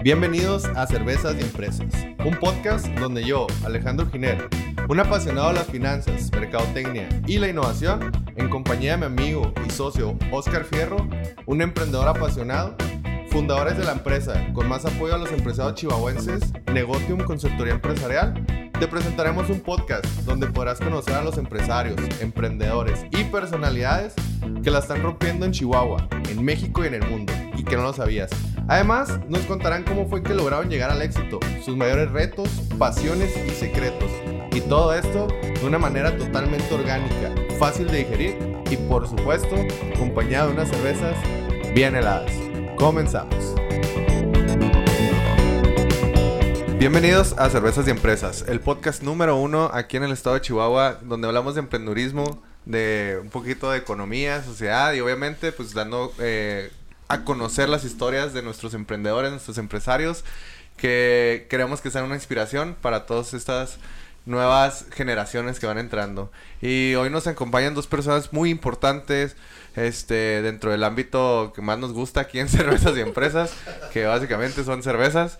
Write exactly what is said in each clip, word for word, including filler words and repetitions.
Bienvenidos a Cervezas y Empresas, un podcast donde yo, Alejandro Giner, un apasionado de las finanzas, mercadotecnia y la innovación, en compañía de mi amigo y socio Oscar Fierro, un emprendedor apasionado, fundadores de la empresa con más apoyo a los empresarios chihuahuenses, Negotium Consultoría Empresarial, te presentaremos un podcast donde podrás conocer a los empresarios, emprendedores y personalidades que la están rompiendo en Chihuahua, en México y en el mundo, y que no lo sabías. Además, nos contarán cómo fue que lograron llegar al éxito, sus mayores retos, pasiones y secretos. Y todo esto de una manera totalmente orgánica, fácil de digerir y, por supuesto, acompañado de unas cervezas bien heladas. Comenzamos. Bienvenidos a Cervezas y Empresas, el podcast número uno aquí en el estado de Chihuahua, donde hablamos de emprendedurismo, de un poquito de economía, sociedad y obviamente pues dando eh, a conocer las historias de nuestros emprendedores, nuestros empresarios, que queremos que sean una inspiración para todas estas nuevas generaciones que van entrando. Y hoy nos acompañan dos personas muy importantes este dentro del ámbito que más nos gusta aquí en Cervezas y Empresas, que básicamente son cervezas.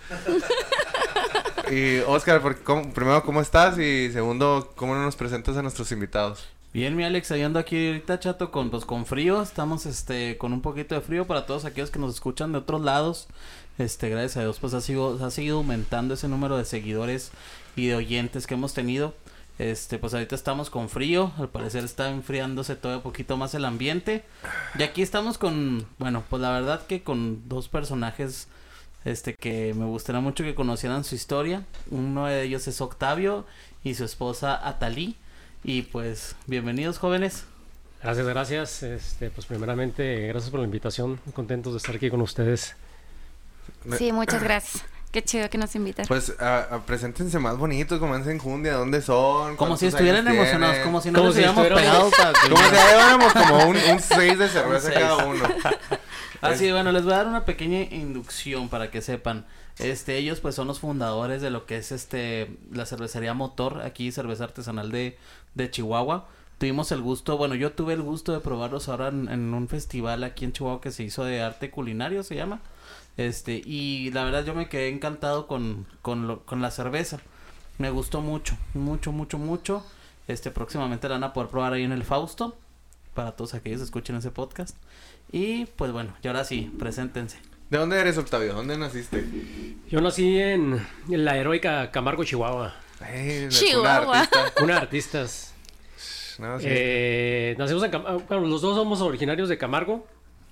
Y Oscar, por, ¿cómo, primero, ¿cómo estás? Y segundo, ¿cómo nos presentas a nuestros invitados? Bien, mi Alex, ahí ando aquí ahorita, chato, con pues con frío, estamos este con un poquito de frío para todos aquellos que nos escuchan de otros lados. Este, gracias a Dios, pues ha sido, ha seguido aumentando ese número de seguidores y de oyentes que hemos tenido. Este, pues ahorita estamos con frío, al parecer está enfriándose todo un poquito más el ambiente. Y aquí estamos con, bueno, pues la verdad que con dos personajes este que me gustaría mucho que conocieran su historia. Uno de ellos es Octavio y su esposa Atalí. Y pues, bienvenidos, jóvenes. Gracias, gracias. Este, pues primeramente, gracias por la invitación. Muy contentos de estar aquí con ustedes. Sí, muchas gracias. Qué chido que nos invitan. Pues, a, a, preséntense más bonitos, como en Enjundia, ¿dónde son? Como si estuvieran emocionados, como si no como nos si hubiéramos pegado para... Como si lleváramos como un, un seis de cerveza seis. cada uno. Así, es... bueno, les voy a dar una pequeña inducción para que sepan. Este, ellos pues son los fundadores de lo que es este, la cervecería Motor, aquí cerveza artesanal de, de Chihuahua. Tuvimos el gusto, bueno, yo tuve el gusto de probarlos ahora en, en un festival aquí en Chihuahua que se hizo de arte culinario, se llama. Este, y la verdad yo me quedé encantado con, con, lo, con la cerveza. Me gustó mucho, mucho, mucho, mucho. Este, próximamente la van a poder probar ahí en el Fausto, para todos aquellos que escuchen ese podcast. Y pues bueno, y ahora sí, preséntense. ¿De dónde eres, Octavio? ¿Dónde naciste? Yo nací en, en la heroica Camargo, Chihuahua. Hey, Chihuahua. Una artista. Una artistas. No, sí. eh, nacimos en Camargo. Bueno, los dos somos originarios de Camargo.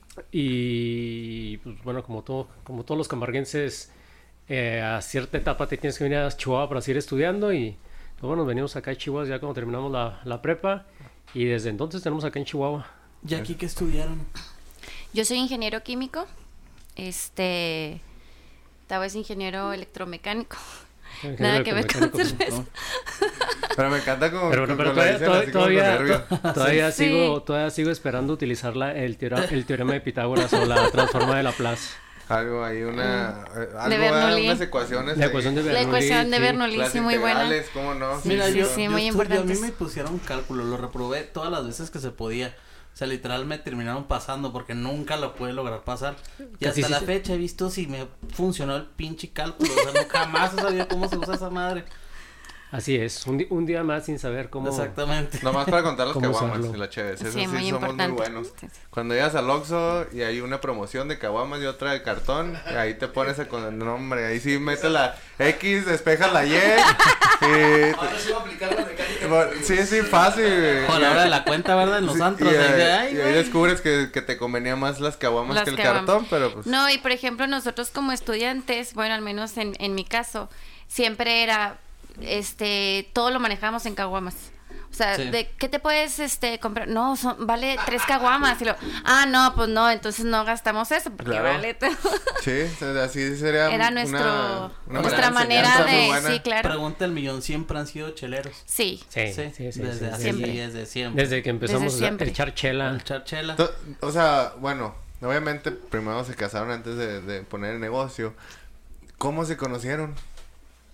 Y pues bueno, como todo, como todos los camarguenses, eh, a cierta etapa te tienes que venir a Chihuahua para seguir estudiando. Y pues bueno, venimos acá a Chihuahua ya cuando terminamos la, la prepa. Y desde entonces tenemos acá en Chihuahua. ¿Y aquí qué estudiaron? Yo soy ingeniero químico. Este, Tavo es ingeniero electromecánico. Ingeniero Nada que ver con electromecánico, cerveza. Pero me encanta como... Pero, bueno, como pero lo todavía, dicen todavía, así como con nervio. todavía, todavía Sí. sigo, todavía sigo esperando utilizar la, el, teora, el teorema de Pitágoras o la transforma de Laplace. Algo ahí, una... eh, algo, Bernoulli. unas ecuaciones La ahí. ecuación de La Bernoulli. ecuación de sí. Bernoulli, Las sí, muy buena. integrales, ¿cómo no? Sí, Mira, sí, yo, sí, yo muy estudié, a mí importantes. me pusieron cálculo, lo reprobé todas las veces que se podía. O sea, literal me terminaron pasando porque nunca lo pude lograr pasar. Y Casi hasta sí la se- fecha he visto si me funcionó el pinche cálculo. O sea, no, jamás he sabido cómo se usa esa madre. Así es, un, di- un día más sin saber cómo... Exactamente. Nomás para contar los ¿Cómo caguamas usarlo? y las cheves. Eso Sí, sí, muy somos muy importante. buenos. Sí, sí. Cuando llegas al Oxxo y hay una promoción de caguamas y otra de cartón, ahí te pones a con el nombre. Ahí sí metes la X, despejas la Y. y... Ahora sí voy a aplicar la mecánica. Sí, sí, fácil. güey. O a la hora de la cuenta, ¿verdad? En los Sí, antros. y, ahí de, ahí- ay, y ahí güey. descubres que, que te convenía más las caguamas Las que el caguamas. cartón, pero pues... No, y por ejemplo, nosotros como estudiantes, bueno, al menos en, en mi caso, siempre era, este, todo lo manejamos en caguamas. O sea, Sí. ¿de qué te puedes este comprar? No, son, vale tres caguamas. Y lo, ah, no, pues no, entonces no gastamos eso porque Claro. vale todo. Sí, así sería Era una- nuestro, una nuestra buena manera enseñanza, muy de, buena. sí, claro. Pregunta el millón, siempre han sido cheleros. Sí, Sí, sí, sí, sí, desde sí, así, Siempre. desde siempre. Desde que empezamos Desde a siempre. echar chela. El charchela. To- O sea, bueno, obviamente primero se casaron antes de, de poner el negocio. ¿Cómo se conocieron?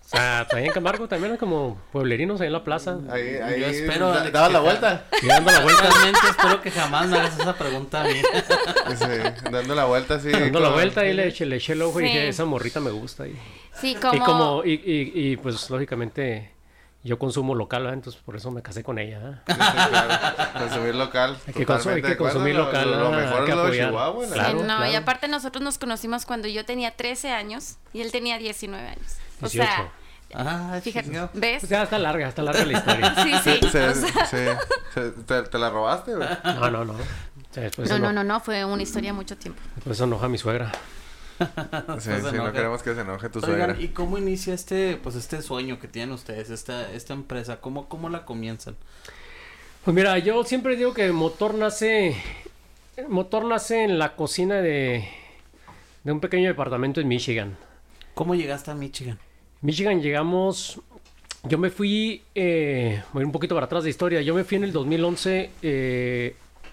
O sea, ahí en Camargo también hay como pueblerinos ahí en la plaza. Ahí, ahí Yo espero, da- Alex, dabas que la ja- vuelta. Y dando la vuelta. Realmente espero que jamás me hagas esa pregunta a mí. Sí, dando la vuelta así. Dando la con- vuelta y le eché, le eché el ojo y Sí. dije, esa morrita me gusta. Y, Sí, como... y como, y, y, y pues lógicamente yo consumo local, ¿verdad? Entonces por eso me casé con ella. ¿eh? Sí, sí, claro. Consumir local. Hay que, consu- hay totalmente que de acuerdo. consumir Lo- local. Lo, lo ah, mejor hay que es lo de apoyar. Chihuahua. la Sí, Claro, no, claro. y aparte nosotros nos conocimos cuando yo tenía trece años y él tenía diecinueve años. O dieciocho. sea, Ah, fíjate, chingado. ¿ves? Pues ya está larga, está larga la historia. Sí, sí. Se- o sea, se- se- te, te la robaste, güey? No, no, no. O sea, después, no, eno- no, no, no, fue una historia mucho tiempo. después enoja a mi suegra. Sí, Pues sí, se no enoja. queremos que se enoje tu Oigan, suegra. ¿y cómo inicia este, pues este sueño que tienen ustedes, esta, esta empresa? ¿Cómo, cómo la comienzan? Pues mira, yo siempre digo que el motor nace, el motor nace en la cocina de, de un pequeño departamento en Michigan. ¿Cómo llegaste a Michigan? Michigan llegamos, yo me fui, eh, voy un poquito para atrás de historia, yo me fui en el dos mil once eh,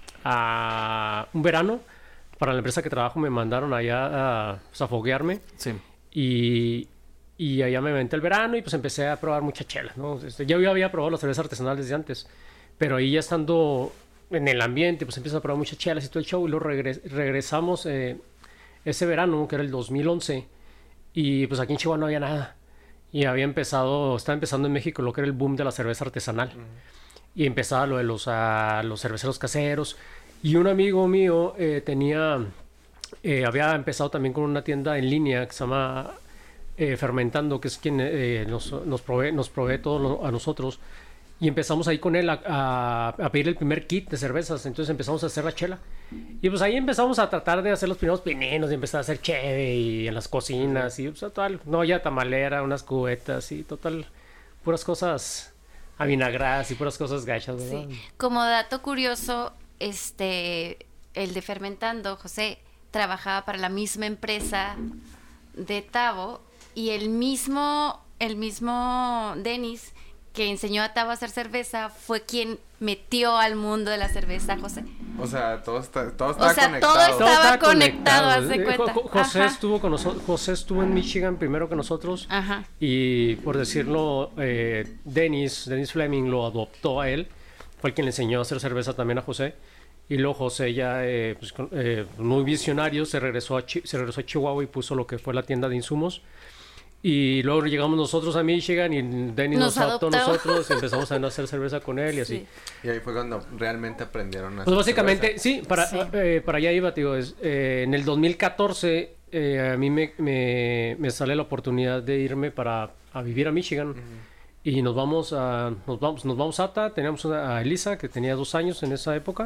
a un verano, para la empresa que trabajo me mandaron allá a, pues, a foguearme Sí. y, y allá me aventé el verano y pues empecé a probar mucha chela, ¿no? Este, yo ya había probado la cerveza artesanal desde antes, pero ahí ya estando en el ambiente, pues empiezo a probar muchas chelas y todo el show y luego regres- regresamos eh, ese verano, que era el dos mil once, y pues aquí en Chihuahua no había nada. Y había empezado, estaba empezando en México lo que era el boom de la cerveza artesanal. Y empezaba lo de los, ah, los cerveceros caseros. Y un amigo mío eh, tenía, eh, había empezado también con una tienda en línea que se llama eh, Fermentando, que es quien eh, nos, nos provee, nos provee todo lo- a nosotros. Y empezamos ahí con él a, a, a pedir el primer kit de cervezas. Entonces empezamos a hacer la chela. Y pues ahí empezamos a tratar de hacer los primeros pininos y empezar a hacer cheve y en las cocinas y pues total, no ya tamalera, unas cubetas y total, puras cosas avinagradas y puras cosas gachas, ¿verdad? Sí. Como dato curioso, este, el de Fermentando, José, trabajaba para la misma empresa de Tavo y el mismo, el mismo Denis que enseñó a Tavo a hacer cerveza fue quien metió al mundo de la cerveza a José. O sea, todo está, todo está sea, conectado. todo está- Todo Estaba estaba conectado, haz de Eh, Jo- cuenta. Jo- José Ajá. estuvo con nosotros, José estuvo en Michigan primero que nosotros. Ajá. Y por decirlo, eh, Dennis, Dennis Fleming lo adoptó a él. Fue el quien le enseñó a hacer cerveza también a José. Y luego José ya, eh, pues, con- eh, muy visionario, se regresó, a Chi- se regresó a Chihuahua y puso lo que fue la tienda de insumos. Y luego llegamos nosotros a Michigan y Dennis nos, Nos adoptó a adoptó. nosotros y empezamos a hacer cerveza con él y así. Sí. Y ahí fue cuando realmente aprendieron a hacer Pues básicamente, cerveza. sí, para, Sí. eh, para allá iba, tío. Es, eh, en el dos mil catorce eh, a mí me, me, me sale la oportunidad de irme para a vivir a Michigan. Y nos vamos a nos vamos nos vamos a Ata, teníamos una- a Elisa que tenía dos años en esa época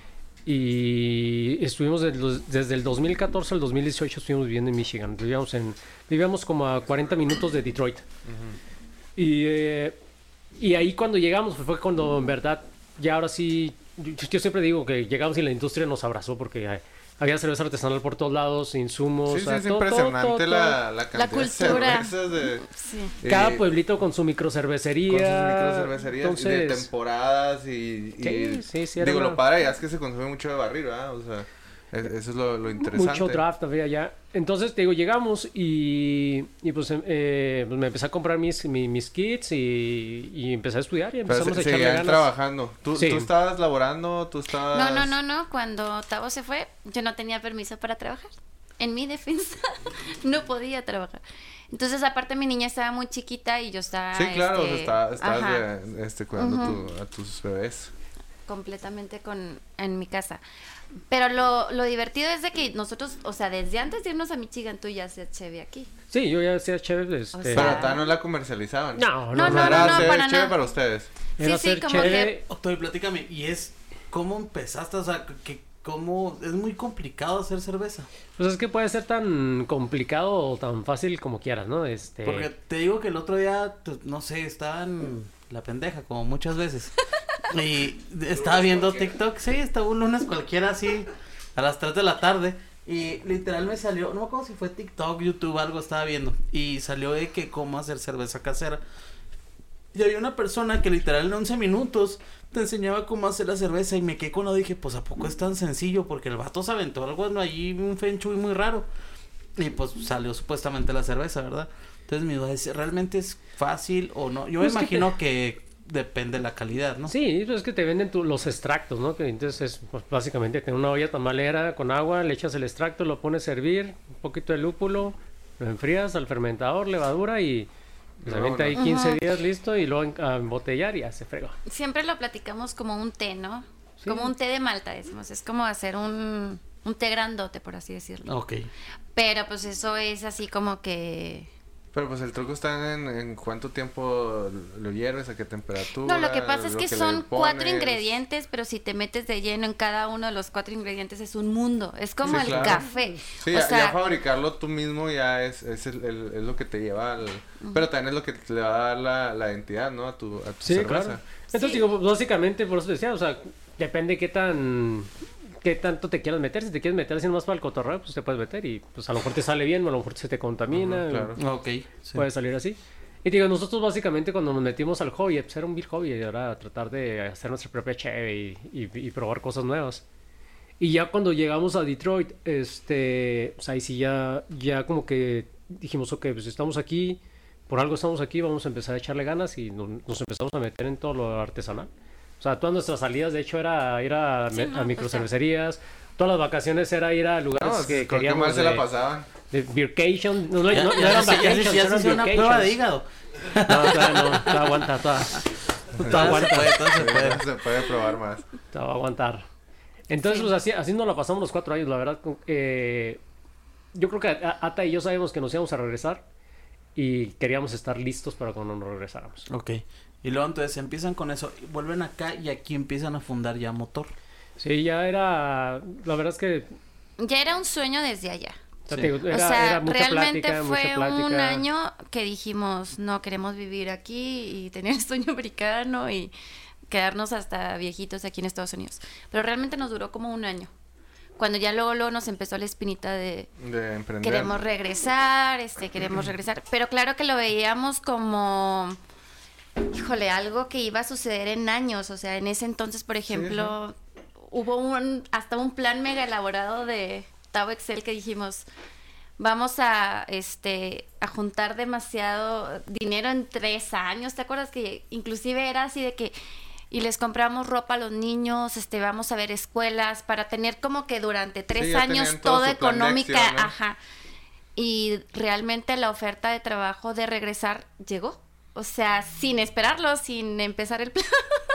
y estuvimos desde, los- desde el dos mil catorce al dos mil dieciocho estuvimos viviendo en Michigan. Vivíamos en vivíamos como a cuarenta minutos de Detroit. Y eh, y ahí cuando llegamos fue cuando en verdad ya ahora sí yo, yo siempre digo que llegamos y la industria nos abrazó porque eh, había cerveza artesanal por todos lados, insumos. Sí, o sí, sea, es todo, todo, impresionante todo, todo. la, la cantidad cultura. de cervezas de... Sí. Cada y- pueblito con su con microcervecería. sus microcervecerías y de Entonces, temporadas y... y- Sí, sí, sí, era Digo, una- lo padre ya es que se consume mucho de barril, ¿verdad? O sea, es- eso es lo, lo interesante. mucho draft había allá. Entonces, te digo, llegamos y, y pues, em- eh, pues me empecé a comprar mis, mi- mis kits y, y empecé a estudiar y Pero empezamos se, a echarle seguían ganas. trabajando. ¿Tú, Sí. tú estabas laborando, tú estabas... No, no, no, no. Cuando Tavo se fue, yo no tenía permiso para trabajar. En mi defensa, no podía trabajar. Entonces, aparte, mi niña estaba muy chiquita y yo estaba. Sí, claro, o sea, este, está- estabas ajá, de- este, cuidando Ujú. tu- a tus bebés. completamente con en mi casa. Pero lo, lo divertido es de que nosotros, o sea, desde antes de irnos a Michigan, tú ya hacías cheve aquí. Sí, yo ya hacía chévere. Este, sea, Pero todavía no la comercializaban. no, no, No, no, no, Era no, hacer para chévere nada. para ustedes. Era Sí, sí, hacer como chévere. Octavio, platícame, ¿y es cómo empezaste? O sea, que cómo es muy complicado hacer cerveza. Pues es que puede ser tan complicado o tan fácil como quieras, ¿no? Este, Porque te digo que el otro día, pues, no sé, estaba en la pendeja, como muchas veces. Y estaba viendo TikTok, sí, estaba un lunes cualquiera así, a las tres de la tarde. Y literal me salió, no me acuerdo si fue TikTok, YouTube, algo estaba viendo. Y salió de que cómo hacer cerveza casera. Y había una persona que literal en once minutos te enseñaba cómo hacer la cerveza. Y me quedé con lo dije, pues ¿a poco es tan sencillo? Porque el vato se aventó algo allí, un feng shui muy raro. Y pues salió supuestamente la cerveza, ¿verdad? Entonces mi duda es, ¿realmente es fácil o no? Yo Pues me que imagino te... que depende de la calidad, ¿no? Sí, pues es que te venden tu, los extractos, ¿no? Que entonces es pues, básicamente tener una olla tamalera con agua, le echas el extracto, lo pones a hervir, un poquito de lúpulo, lo enfrías al fermentador, levadura y se avienta ahí quince Ujú. días listo y luego en- a embotellar y ya se fregó. Siempre lo platicamos como un té, ¿no? Sí. Como un té de Malta, decimos. Es como hacer un, un té grandote, por así decirlo. Ok. Pero pues eso es así como que... Pero pues el truco está en, en cuánto tiempo lo hierves, a qué temperatura. No, lo que pasa es lo que le son cuatro pones. ingredientes, pero si te metes de lleno en cada uno de los cuatro ingredientes es un mundo. Es como Sí, el claro. café. Sí, o ya, sea, ya fabricarlo tú mismo ya es, es, el, el- es lo que te lleva al... Pero también es lo que te le va a dar la, la identidad, ¿no? A tu, a tu Sí, cerveza. claro. Entonces Sí. digo, pues, básicamente por eso decía, o sea, depende qué tan qué tanto te quieras meter. Si te quieres meter así nomás para el cotorreo, pues te puedes meter y pues a lo mejor te sale bien, a lo mejor se te contamina. Ujú, claro. Ok. Sí. Puede salir así. Y digo, nosotros básicamente cuando nos metimos al hobby, pues era un beer hobby, y era tratar de hacer nuestra propia cheve y, y, y probar cosas nuevas. Y ya cuando llegamos a Detroit, este, pues ahí sí ya, ya como que dijimos, ok, pues estamos aquí, por algo estamos aquí, vamos a empezar a echarle ganas y nos, nos empezamos a meter en todo lo artesanal. O sea, todas nuestras salidas, de hecho, era ir a, Sí, me- no, a pues, microcervecerías, todas las vacaciones era ir a lugares No, que con qué queríamos mal se la de- pasaban. de beercation. No, no, Ya, no, no ya eran se- ya se- vacations, ya se eran hizo una beercations. prueba de hígado. No, todavía no, todavía aguanta, todavía, todavía Todavía se aguanta, puede, todavía se puede. Se puede probar más. todavía va a aguantar. Entonces, Sí. pues así, así nos la pasamos los cuatro años, la verdad. Eh, yo creo que a- Ata y yo sabemos que nos íbamos a regresar y queríamos estar listos para cuando nos regresáramos. Ok. Y luego entonces empiezan con eso, vuelven acá y aquí empiezan a fundar ya motor. Sí, ya era, la verdad es que, ya era un sueño desde allá. o sea, Sí. te digo, era, o sea, era mucha realmente plática, fue mucha plática. un año que dijimos, no, queremos vivir aquí y tener el sueño americano y quedarnos hasta viejitos aquí en Estados Unidos. Pero realmente nos duró como un año. Cuando ya luego, luego nos empezó la espinita de De emprender. queremos regresar, este, queremos regresar. Pero claro que lo veíamos como, híjole, algo que iba a suceder en años. O sea, en ese entonces, por ejemplo, hubo un, hasta un plan mega elaborado de Tavo Excel que dijimos, vamos a, este, a juntar demasiado dinero en tres años. ¿Te acuerdas que inclusive era así de que y les compramos ropa a los niños, este, vamos a ver escuelas para tener como que durante tres Sí, ya años tenían todo todo su plan de económica, acción, ¿no? ajá. Y realmente la oferta de trabajo de regresar llegó. O sea, sin esperarlo, sin empezar el plan,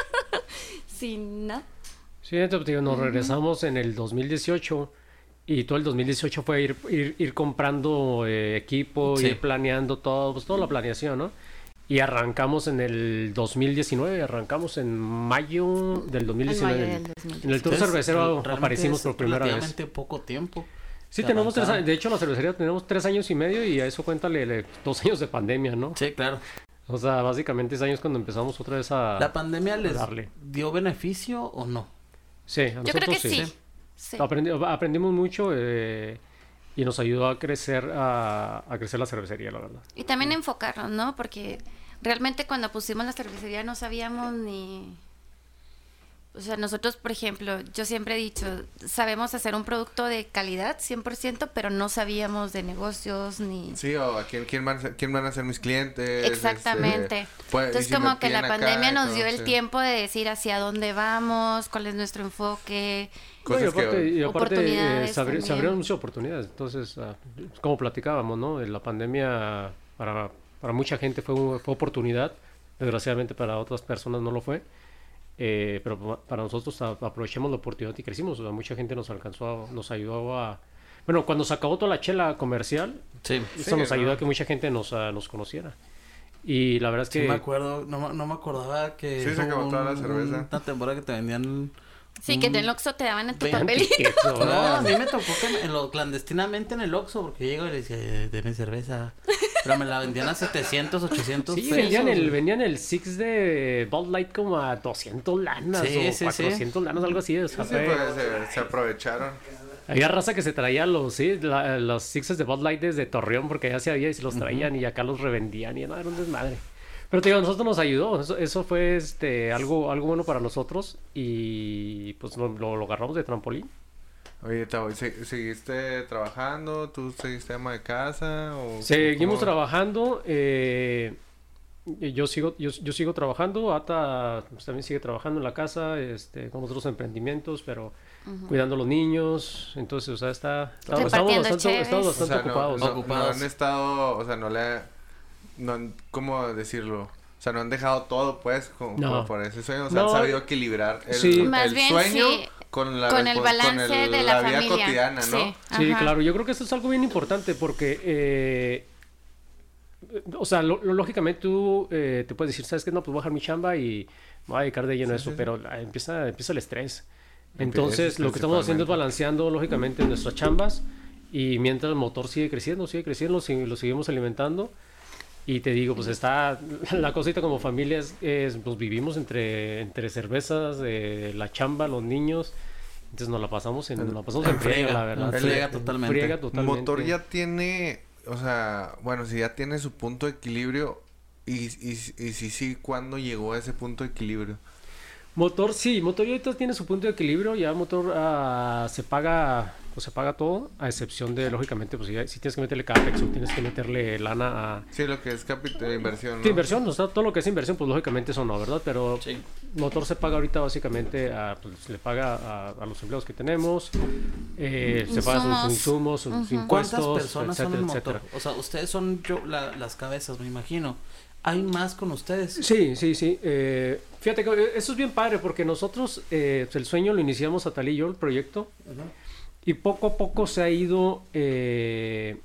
sin nada. Sí, entonces digo, nos regresamos en el dos mil dieciocho y todo el dos mil dieciocho fue ir, ir, ir comprando eh, equipo, Sí. ir planeando todo, pues toda la planeación, ¿no? Y arrancamos en el dos mil diecinueve, arrancamos en mayo del dos mil En mayo diecinueve. del dos mil En el tour Entonces, cervecero realmente aparecimos es por primera vez. relativamente poco tiempo. Sí, que tenemos tres arrancaron. años, de hecho la cervecería tenemos tres años y medio y a eso cuéntale le- dos años de pandemia, ¿no? Sí, claro. O sea, básicamente es años cuando empezamos otra vez a... ¿La pandemia les darle. dio beneficio o no? Sí, a Yo creo nosotros que sí. sí. Aprendi- aprendimos mucho eh, y nos ayudó a crecer a, a crecer la cervecería, la verdad. Y también enfocarnos, ¿no? Porque realmente cuando pusimos la cervecería no sabíamos ni... O sea, nosotros, por ejemplo, yo siempre he dicho, sabemos hacer un producto de calidad cien por ciento, pero no sabíamos de negocios ni... Sí, o a quién, quién, van, a ser, quién van a ser mis clientes. Exactamente. este, pues, y Entonces, si me como que la piden acá pandemia y nos todo, dio el sí. tiempo de decir hacia dónde vamos, cuál es nuestro enfoque. Cosas No, y aparte, que... y aparte, Oportunidades eh, se, abri- se también. abrieron muchas oportunidades. Entonces, ah, como platicábamos, ¿no? La pandemia para, para mucha gente fue, un- fue oportunidad. Desgraciadamente para otras personas no lo fue. Eh, pero pa- para nosotros a- aprovechamos la oportunidad y crecimos. O sea, mucha gente nos alcanzó, a- nos ayudó a... Bueno, cuando se acabó toda la chela comercial, Sí. eso Sí, nos ¿no? ayudó a que mucha gente nos, ah, nos conociera. Y la verdad es Sí que... me acuerdo, no, me- no me acordaba que... Sí, se acabó hubo toda la un- cerveza. Una temporada que te vendían... Sí, un- que en el Oxxo te daban en tu veinte papel. Eso, No, ¿verdad? a mí me tocó que me- en lo, clandestinamente en el Oxxo, porque llego y le decía, eh, deme cerveza. Pero me la vendían a setecientos, ochocientos Sí, pesos. vendían el, vendían el Six de Bud Light como a doscientos lanas Sí, o sí, sí. cuatrocientos lanas, algo así. O Sí, sea, sí, fue- pues, se, se aprovecharon. había raza que se traía los, sí, la- los Sixes de Bud Light desde Torreón porque ya se había y se los traían y acá los revendían y no, era un desmadre. Pero te digo, a nosotros nos ayudó, eso, eso fue este algo, algo bueno para nosotros y pues lo, lo, lo agarramos de trampolín. Oye, Tavo, ¿seguiste trabajando? ¿Tú seguiste ama de casa? O Seguimos cómo? trabajando. Eh, yo sigo yo, yo sigo trabajando. Ata pues, también sigue trabajando en la casa, este, con otros emprendimientos, pero uh-huh. cuidando a los niños. Entonces, o sea, está, está estamos bastante, estamos bastante o sea, ocupados. No, no, ocupados. no han estado, o sea, no le, no han, ¿cómo decirlo? O sea, no han dejado todo, pues, como, no. como por ese sueño. O sea, no. han sabido equilibrar el, sí. el Más bien, sueño sí. con, la, con el balance con el, de la, la vida familia. cotidiana, ¿no? Sí, sí claro. Yo creo que esto es algo bien importante porque, eh, o sea, lo, lo, lógicamente tú eh, te puedes decir, ¿sabes qué? No, pues voy a dejar mi chamba y me voy a dedicar de lleno a sí, eso, sí, pero sí. Empieza, empieza el estrés. Entonces, lo que estamos haciendo es balanceando, lógicamente, nuestras chambas y mientras el motor sigue creciendo, sigue creciendo, lo, lo seguimos alimentando. Y te digo, pues está, la cosita como familia es, es pues vivimos entre, entre cervezas, eh, la chamba, los niños, entonces nos la pasamos en, nos la pasamos en friega, la verdad. En friega totalmente. Friega totalmente. Motor ya tiene, o sea, bueno, si ya tiene su punto de equilibrio, y, y, y si sí, ¿cuándo llegó a ese punto de equilibrio? Motor, sí, Motor ya ahorita tiene su punto de equilibrio, ya Motor uh, se paga... pues se paga todo, a excepción de, lógicamente, pues si, si tienes que meterle capex o tienes que meterle lana a... Sí, lo que es capital, inversión, ¿no? Sí, inversión, o sea, todo lo que es inversión, pues lógicamente eso no, ¿verdad? Pero sí. Motor se paga ahorita básicamente, a, pues le paga a, a los empleados que tenemos, eh, se paga sus insumos, sus uh-huh. impuestos, ¿cuántas personas etcétera, son el etcétera? Motor? O sea, ustedes son yo, la, las cabezas, me imagino. ¿Hay más con ustedes? Sí, sí, sí. Eh, fíjate que eso es bien padre porque nosotros, eh, el sueño lo iniciamos a Talí y yo, el proyecto, uh-huh. y poco a poco se ha ido eh,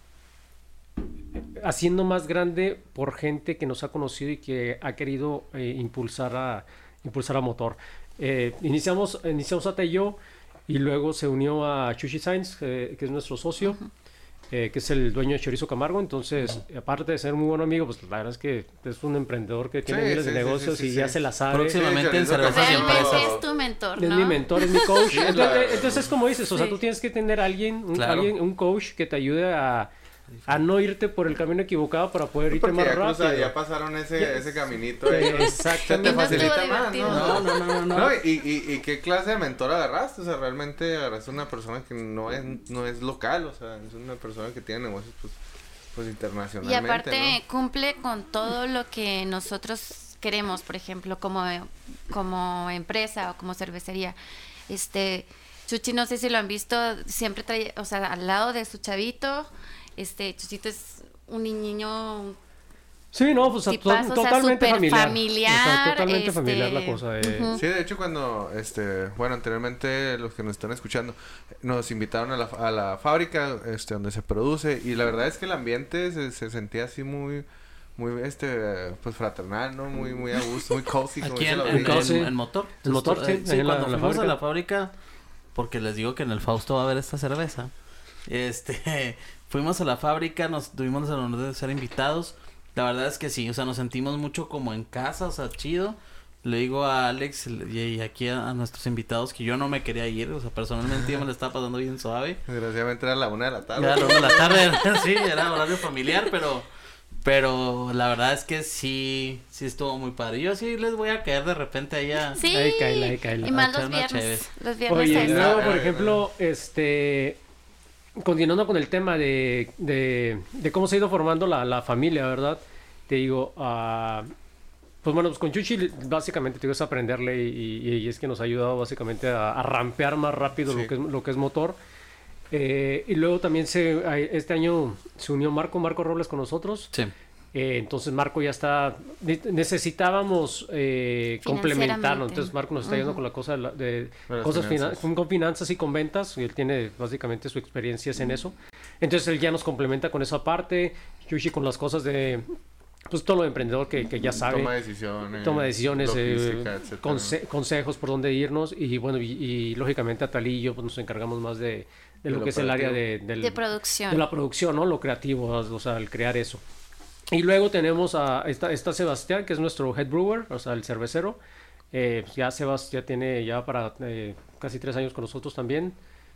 haciendo más grande por gente que nos ha conocido y que ha querido eh, impulsar a impulsar a Motor. Eh, iniciamos, iniciamos a Tello y luego se unió a Chuchi Sainz, eh, que es nuestro socio. Uh-huh. Eh, que es el dueño de Chorizo Camargo, entonces, uh-huh. aparte de ser muy buen amigo, pues la verdad es que es un emprendedor que tiene sí, miles sí, de negocios sí, sí, y sí, ya sí. se la sabe. Próximamente en cervezas y empresas. Es tu mentor, ¿no? Es mi mentor, es mi coach. entonces, entonces, es como dices, o sea, tú tienes que tener a alguien, un, claro. alguien, un coach que te ayude a, a no irte por el camino equivocado para poder irte más ya rápido. Cruza, ya pasaron ese, yes. ese caminito. Eh, exactamente. Te facilita más, ¿no? No, no, no, no. no y, y, ¿Y qué clase de mentor agarraste? O sea, realmente agarraste una persona que no es, no es local, o sea, es una persona que tiene negocios, pues, pues internacionalmente, y aparte ¿no? cumple con todo lo que nosotros queremos, por ejemplo, como, como empresa o como cervecería. Este, Chuchi, no sé si lo han visto, siempre trae, o sea, al lado de su chavito. Este, Chuchito es un niño... Sí, no, pues tipazo, to- totalmente o sea, familiar. familiar. O sea, totalmente este... familiar la cosa. Eh. Uh-huh. Sí, de hecho cuando, este, bueno, anteriormente los que nos están escuchando, nos invitaron a la, a la fábrica, este, donde se produce, y la verdad es que el ambiente se, se sentía así muy, muy, este, pues fraternal, ¿no? Muy, muy a gusto, muy cozy. Como Aquí dice en, la en, en, en, en Motor. El Motor, sí. sí en cuando la, fuimos la a la fábrica, porque les digo que en el Fausto va a haber esta cerveza. Este, fuimos a la fábrica, nos tuvimos el honor de ser invitados. La verdad es que sí, o sea, nos sentimos mucho como en casa, o sea, chido. Le digo a Alex y aquí a, a nuestros invitados que yo no me quería ir, o sea, personalmente yo me la estaba pasando bien suave. Desgraciadamente era la una de la tarde. Era la una de la tarde, sí, era horario familiar, pero, pero la verdad es que sí, sí estuvo muy padre. Yo sí les voy a caer de repente ahí a... Sí, ahí caíla, ahí caíla. Y más los viernes, los viernes. Oye, y luego, por ejemplo, este... continuando con el tema de, de, de cómo se ha ido formando la, la familia, ¿verdad? Te digo, uh, pues bueno, pues con Chuchi básicamente te digo es aprenderle y, y, y es que nos ha ayudado básicamente a, a rampear más rápido sí. lo, que es, lo que es motor. Eh, y luego también se este año se unió Marco, Marco Robles con nosotros. Sí. Eh, entonces Marco ya está, necesitábamos eh, complementarlo, entonces Marco nos está ayudando uh-huh. con la cosa de, la, de cosas finanzas. Finan- con finanzas y con ventas, y él tiene básicamente su experiencia en eso, entonces él ya nos complementa con esa parte, Yushi con las cosas de, pues todo lo de emprendedor que, que ya sabe, toma decisiones, toma decisiones, eh, conse- ¿no? consejos por dónde irnos, y bueno, y, y lógicamente Atalí y yo pues, nos encargamos más de, de, de lo, lo que operativo. Es el área de, del, de producción, de la producción, ¿no? Lo creativo, o sea, el crear eso. Y luego tenemos a esta, esta Sebastián, que es nuestro head brewer, o sea, el cervecero. Eh, ya Sebas ya tiene ya para eh, casi tres años con nosotros también.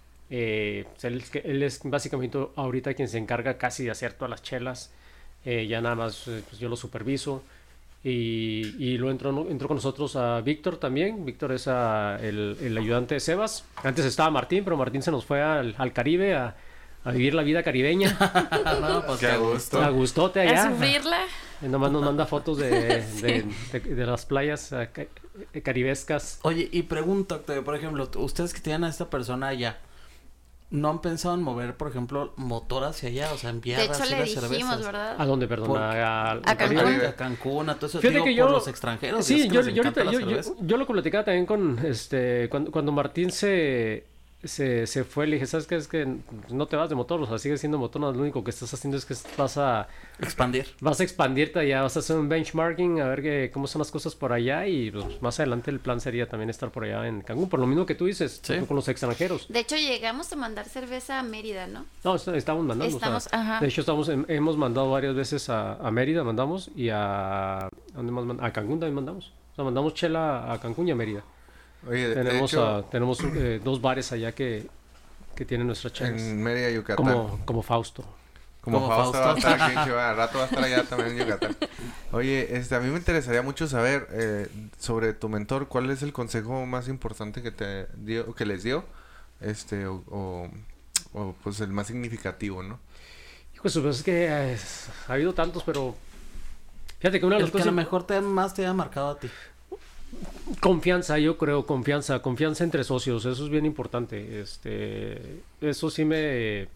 Eh, él, él es básicamente ahorita quien se encarga casi de hacer todas las chelas. Eh, ya nada más eh, pues yo lo superviso. Y, y luego entró, entró con nosotros a Víctor también. Víctor es a, el, el ayudante de Sebas. Antes estaba Martín, pero Martín se nos fue al, al Caribe a, a vivir la vida caribeña. No, pues Qué qué gusto. A gustote allá. A sufrirla. Y nomás nos manda fotos de, de, de, de las playas uh, ca- caribescas. Oye, y pregunto, por ejemplo, ustedes que tienen a esta persona allá, ¿no han pensado en mover, por ejemplo, motor hacia allá? O sea, enviar De hecho, así le las dijimos, cervezas. ¿verdad? ¿A dónde, perdón? Por- A, a Cancún. Caribe. A Cancún, a todo eso. Fíjate Digo, que yo... por los extranjeros. Sí, es que yo, les yo, encanta ahorita, la yo, yo, cerveza. yo lo que platicaba también con, este, cuando, cuando Martín se, se, se fue, le dije, ¿sabes qué? Es que no te vas de motor, o sea, sigues siendo motor, no, lo único que estás haciendo es que vas a, Expandir. vas a expandirte allá, vas a hacer un benchmarking, a ver que, cómo son las cosas por allá, y pues, más adelante el plan sería también estar por allá en Cancún, por lo mismo que tú dices, Sí. con los extranjeros. De hecho, llegamos a mandar cerveza a Mérida, ¿no? No, est- estamos mandando. Estamos, o sea, ajá. De hecho, estamos en- hemos mandado varias veces a, a Mérida, mandamos, y a, ¿a dónde más mand- a Cancún también mandamos. O sea, mandamos chela a Cancún y a Mérida. Oye, de, de Tenemos, hecho, ah, tenemos eh, dos bares allá que, que tienen nuestras chelas. en Mérida, Yucatán. Como, como Fausto. Como, Como Fausto va a Fausto. estar aquí en Chihuahua, al rato va a estar allá también en Yucatán. Oye, este, a mí me interesaría mucho saber eh, sobre tu mentor, ¿cuál es el consejo más importante que te dio, que les dio? Este, o, o, o, pues el más significativo, ¿no? Hijo, pues es que eh, ha habido tantos, pero fíjate que una de las El que a cosas... lo mejor te, más te haya marcado a ti. Confianza, yo creo, confianza, confianza entre socios, eso es bien importante. Este, eso sí me,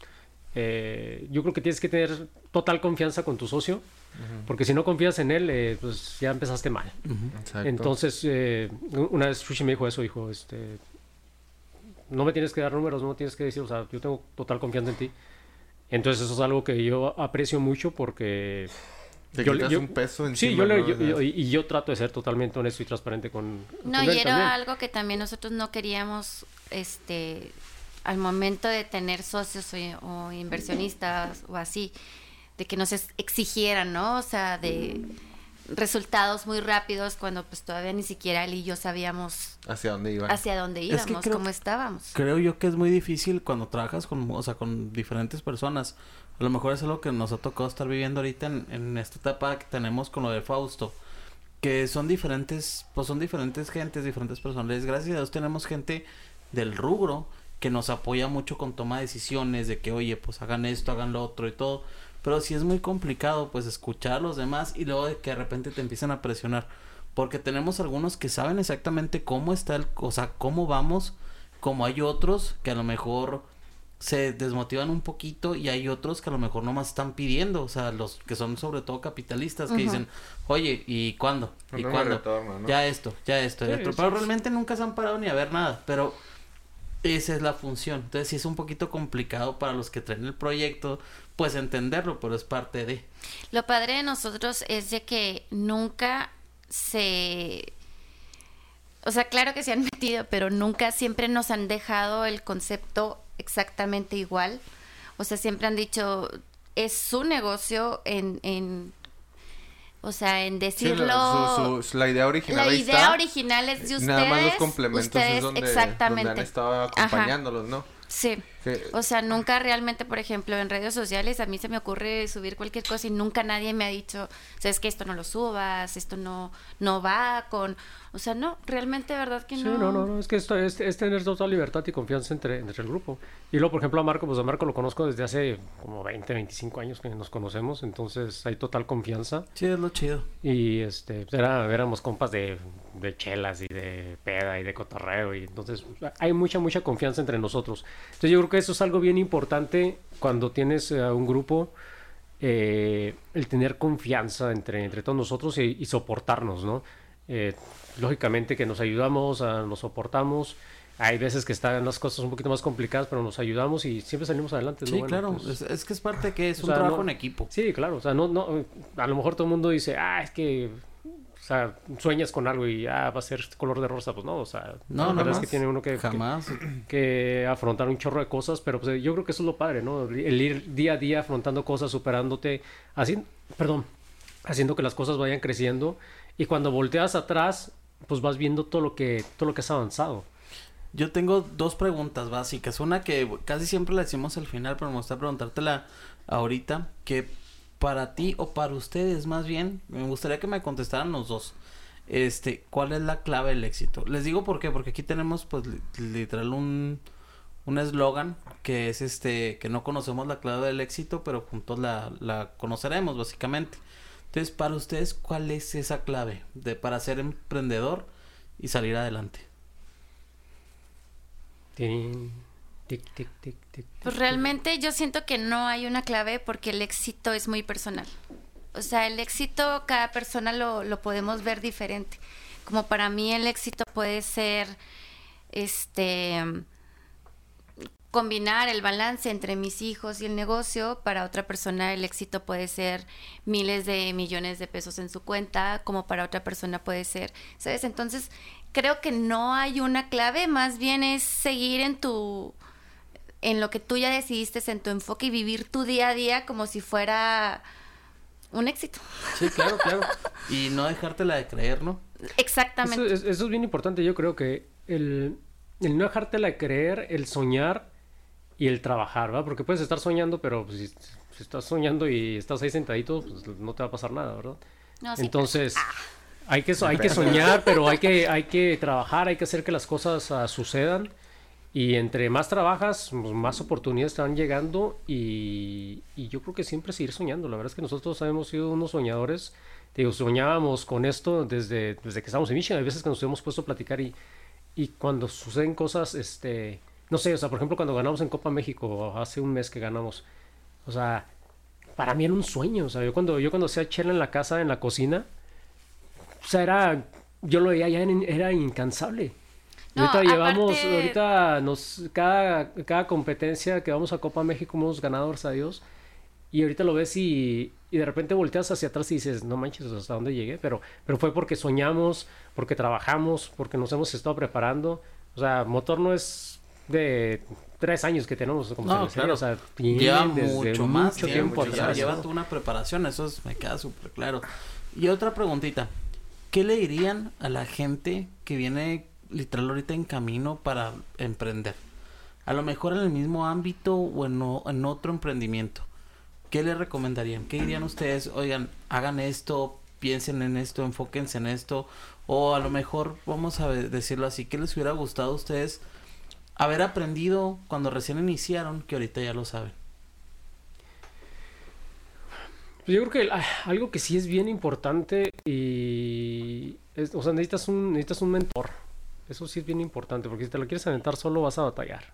eh, yo creo que tienes que tener total confianza con tu socio, porque si no confías en él, eh, pues ya empezaste mal. Exacto. Entonces, eh, una vez Sushi me dijo eso, dijo, este, no me tienes que dar números, no me tienes que decir, o sea, yo tengo total confianza en ti. Entonces eso es algo que yo aprecio mucho porque... Te yo- quitas yo- un peso Sí, encima, yo le, ¿no? yo- O sea, yo- y y yo trato de ser totalmente honesto y transparente con, No, con y él era también. algo que también nosotros no queríamos, este, al momento de tener socios o, o inversionistas o así, de que nos es- exigieran, ¿no? O sea, de resultados muy rápidos cuando pues todavía ni siquiera él y yo sabíamos ¿Hacia dónde iban? hacia dónde Es que íbamos, creo- cómo estábamos. Creo yo que es muy difícil cuando trabajas con, o sea, con diferentes personas. A lo mejor es algo que nos ha tocado estar viviendo ahorita en, en esta etapa que tenemos con lo de Fausto. Que son diferentes, pues son diferentes gentes, diferentes personas. Gracias a Dios tenemos gente del rubro que nos apoya mucho con toma de decisiones, de que oye, pues hagan esto, hagan lo otro y todo. Pero sí es muy complicado, pues, escuchar a los demás y luego de que de repente te empiezan a presionar. Porque tenemos algunos que saben exactamente cómo está el, o sea, cómo vamos, como hay otros que a lo mejor se desmotivan un poquito y hay otros que a lo mejor nomás están pidiendo, o sea, los que son sobre todo capitalistas que Ujú. dicen, oye, ¿y cuándo? ¿Y Ponerme cuándo? retorno, ¿no? Ya esto, ya esto, ya Sí, otro. sí, Pero sí. realmente nunca se han parado ni a ver nada, pero esa es la función. Entonces sí es un poquito complicado para los que traen el proyecto, pues entenderlo, pero es parte de... Lo padre de nosotros es de que nunca se... O sea, claro que se han metido, pero nunca siempre nos han dejado el concepto exactamente igual. O sea, siempre han dicho, es su negocio en... en o sea, en Sí, decirlo... la, su- su- la idea original la ahí idea está. original es de ustedes. Nada más los complementos ustedes, es donde, exactamente. donde han estado Ajá. acompañándolos, ¿no? Sí. Que- O sea, nunca realmente, por ejemplo, en redes sociales a mí se me ocurre subir cualquier cosa y nunca nadie me ha dicho, sabes que esto no lo subas, esto no no va con, o sea, no, realmente, verdad que Sí, no. no, no, no, es que esto es, es tener total libertad y confianza entre, entre el grupo. Y luego, por ejemplo, a Marco, pues a Marco lo conozco desde hace como veinte, veinticinco años que nos conocemos, entonces hay total confianza. Sí, es lo chido. Y este, pues, era, éramos compas de, de chelas y de peda y de cotorreo, y entonces hay mucha, mucha confianza entre nosotros. Entonces yo creo que eso es algo bien importante cuando tienes eh, un grupo, eh, el tener confianza entre, entre todos nosotros y, y soportarnos, ¿no? Eh, lógicamente que nos ayudamos, ah, nos soportamos. Hay veces que están las cosas un poquito más complicadas, pero nos ayudamos y siempre salimos adelante. es lo Sí, bueno. claro. Entonces, Es, es que es parte de que es o un sea, trabajo no- en equipo. sí, claro. O sea, no, no, a lo mejor todo el mundo dice, ah, es que, o sea, sueñas con algo y ah, va a ser color de rosa. Pues no, o sea, No, la no verdad más. es que tiene uno que, que, Jamás. que afrontar un chorro de cosas, pero pues yo creo que eso es lo padre, ¿no? El ir día a día afrontando cosas, superándote, así, perdón, haciendo que las cosas vayan creciendo, y cuando volteas atrás, pues vas viendo todo lo que, todo lo que has avanzado. Yo tengo dos preguntas básicas. Una que casi siempre la decimos al final, pero me gusta preguntártela ahorita. Que para ti o para ustedes más bien, me gustaría que me contestaran los dos. Este, ¿cuál es la clave del éxito? Les digo por qué, porque aquí tenemos pues li- literal un un eslogan que es este, que no conocemos la clave del éxito, pero juntos la, la conoceremos básicamente. Entonces, para ustedes, ¿cuál es esa clave de para ser emprendedor y salir adelante? Tin, tic, tic, tic, tic, Pues tic, realmente yo siento que no hay una clave porque el éxito es muy personal. O sea, el éxito cada persona lo, lo podemos ver diferente. Como para mí el éxito puede ser este combinar el balance entre mis hijos y el negocio. Para otra persona el éxito puede ser miles de millones de pesos en su cuenta, como para otra persona puede ser, ¿sabes? Entonces, creo que no hay una clave, más bien es seguir en tu en lo que tú ya decidiste, en tu enfoque y vivir tu día a día como si fuera un éxito. Sí, claro, claro. Y no dejártela de creer, ¿no? Exactamente. Eso es, eso es bien importante. Yo creo que el, el no dejártela de creer, el soñar y el trabajar, ¿verdad? Porque puedes estar soñando, pero pues, si, si estás soñando y estás ahí sentadito, pues no te va a pasar nada, ¿verdad? No, sí, Entonces, pero- ah. hay que, so- hay que soñar, pero hay que, hay que trabajar, hay que hacer que las cosas uh, sucedan. Y entre más trabajas, pues, más oportunidades te van llegando y, y yo creo que siempre seguir soñando. La verdad es que nosotros hemos sido unos soñadores. Te digo, soñábamos con esto desde, desde que estábamos en Michigan. Hay veces que nos hemos puesto a platicar y, y cuando suceden cosas, este, no sé, o sea, por ejemplo, cuando ganamos en Copa México, hace un mes que ganamos, o sea, para mí era un sueño. O sea, yo cuando, yo cuando hacía chela en la casa, en la cocina, o sea, era, yo lo veía ya, en- era incansable. Y No, ahorita llevamos, aparte- ahorita nos, cada, cada competencia que vamos a Copa México hemos ganado, gracias a Dios. Y ahorita lo ves y, y de repente volteas hacia atrás y dices, no manches, ¿hasta dónde llegué? Pero, pero fue porque soñamos, porque trabajamos, porque nos hemos estado preparando. O sea, motor no es de tres años que tenemos como No, cervecería, claro. o sea, tiene Lleva desde mucho más mucho tiempo, tiempo ya atrás. lleva ¿no? tú una preparación, eso es- me queda súper claro. Y otra preguntita, ¿qué le dirían a la gente que viene literal ahorita en camino para emprender? A lo mejor en el mismo ámbito o en, o- en otro emprendimiento. ¿Qué le recomendarían? ¿Qué dirían ustedes? Oigan, hagan esto, piensen en esto, enfóquense en esto. O a lo mejor, vamos a ve- decirlo así, ¿qué les hubiera gustado a ustedes haber aprendido cuando recién iniciaron que ahorita ya lo saben? Pues yo creo que ah, algo que sí es bien importante y es- o sea, necesitas un necesitas un mentor. Eso sí es bien importante porque si te lo quieres aventar solo vas a batallar.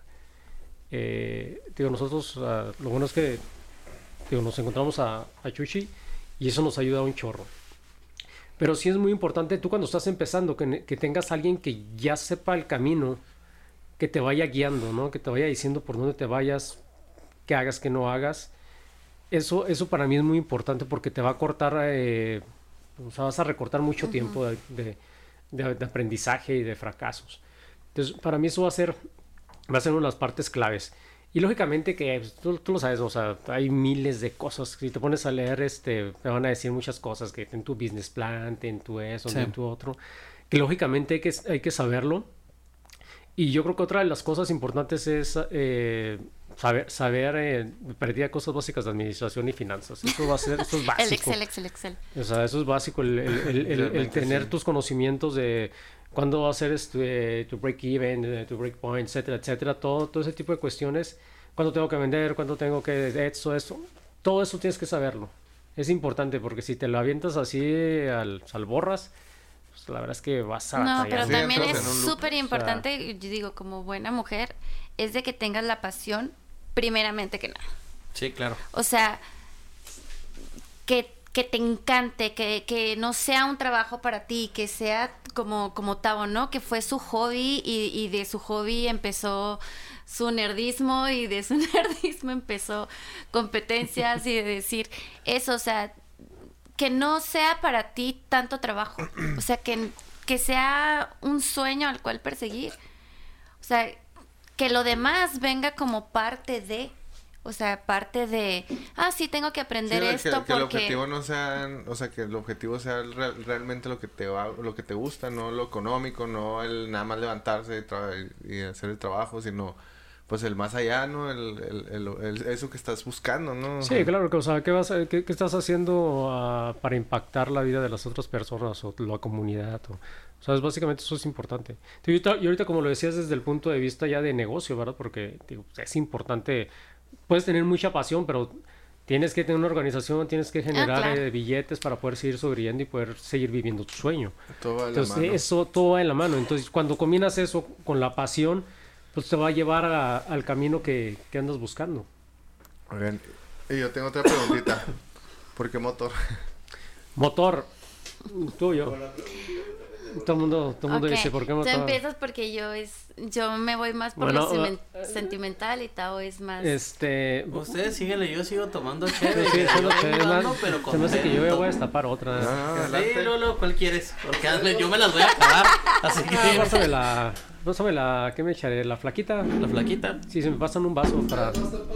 Eh, digo, nosotros ah, lo bueno es que digo, nos encontramos a, a Chuchi y eso nos ayuda un chorro. Pero sí es muy importante tú cuando estás empezando que, ne- que tengas alguien que ya sepa el camino, que te vaya guiando, ¿no? Que te vaya diciendo por dónde te vayas, qué hagas, qué no hagas. Eso, eso para mí es muy importante porque te va a cortar, eh, o sea, vas a recortar mucho Ujú. tiempo de, de- de- de aprendizaje y de fracasos. Entonces, para mí eso va a ser, va a ser una de las partes claves. Y lógicamente que pues, tú, tú lo sabes, o sea, hay miles de cosas. Si te pones a leer, este, te van a decir muchas cosas que en tu business plan, en tu eso, Sí. en tu otro, que lógicamente hay que, hay que saberlo. Y yo creo que otra de las cosas importantes es eh, saber, saber eh, perdida cosas básicas de administración y finanzas. Eso va a ser, eso es básico. El Excel, Excel, Excel. O sea, eso es básico, el, el- el- el- el Realmente tener sí. tus conocimientos de cuándo va a ser este, tu break even, eh, tu break point, etcétera, etcétera, todo, todo ese tipo de cuestiones. Cuándo tengo que vender, cuándo tengo que esto, esto, todo eso tienes que saberlo. Es importante porque si te lo avientas así al, al borras, pues la verdad es que vas a No, batallar. pero Sí, también entras es en un loop. súper importante, yo digo, como buena mujer, es de que tengas la pasión primeramente que nada. Sí, claro. O sea, que, que te encante, que, que no sea un trabajo para ti, que sea como, como Tavo, ¿no? Que fue su hobby y, y de su hobby empezó su nerdismo y de su nerdismo empezó competencias y de decir eso, o sea, que no sea para ti tanto trabajo, o sea, que, que sea un sueño al cual perseguir, o sea, que lo demás venga como parte de, o sea, parte de, ah, sí, tengo que aprender Sí, que- esto que, el porque... objetivo no sea, o sea, que el objetivo sea real- realmente lo que te va, lo que te gusta, no lo económico, no el nada más levantarse y, tra- y hacer el trabajo, sino pues el más allá, ¿no? El, el, el, el, eso que estás buscando, ¿no? Sí, claro, que, o sea, ¿qué, vas a, qué, qué estás haciendo uh, para impactar la vida de las otras personas o la comunidad? O, o sea, es, básicamente eso es importante. Y ahorita, y ahorita, como lo decías, desde el punto de vista ya de negocio, ¿verdad? Porque digo, es importante, puedes tener mucha pasión, pero tienes que tener una organización, tienes que generar Ah, claro. eh, billetes para poder seguir sobreviviendo y poder seguir viviendo tu sueño. Todo va de la Entonces, mano. eso todo va en la mano. Entonces, cuando combinas eso con la pasión, pues te va a llevar a, al camino que, que andas buscando. Oigan, y yo tengo otra preguntita. ¿Por qué motor? Motor. Tú yo. Todo el mundo, todo el mundo Ok, dice, ¿por qué Tú motor? empiezas porque yo es, yo me voy más por Bueno, lo semen- uh, sentimental y Tao es más. Este... Ustedes síguele, yo sigo tomando Sí, chévere. sí, yo solo vengo que es dando, más- pero se me hace que yo ya contento. voy a destapar otra. Ah, Sí, adelante. Lolo, ¿cuál quieres? Porque hazme- yo me las voy a acabar. Así que Ah, pásame la... Pásame la... ¿Qué me echaré? ¿La flaquita? la flaquita. Sí, se me pasan un vaso para...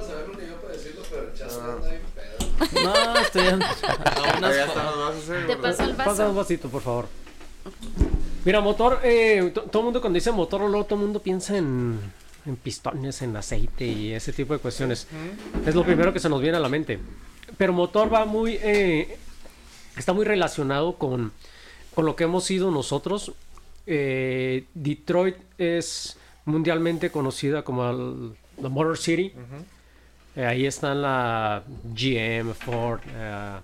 No, estoy a, a unas Allá co- están los vasos, ¿eh? Te paso el Pásame un vaso. vasito, por favor. Mira, motor... Eh, to- todo el mundo cuando dice motor, luego todo el mundo piensa en... En pistones, en aceite y ese tipo de cuestiones. Es lo primero que se nos viene a la mente. Pero motor va muy... Eh, está muy relacionado con, con lo que hemos sido nosotros. Eh, Detroit es mundialmente conocida como el- la Motor City. Eh, ahí están la G M, Ford, eh,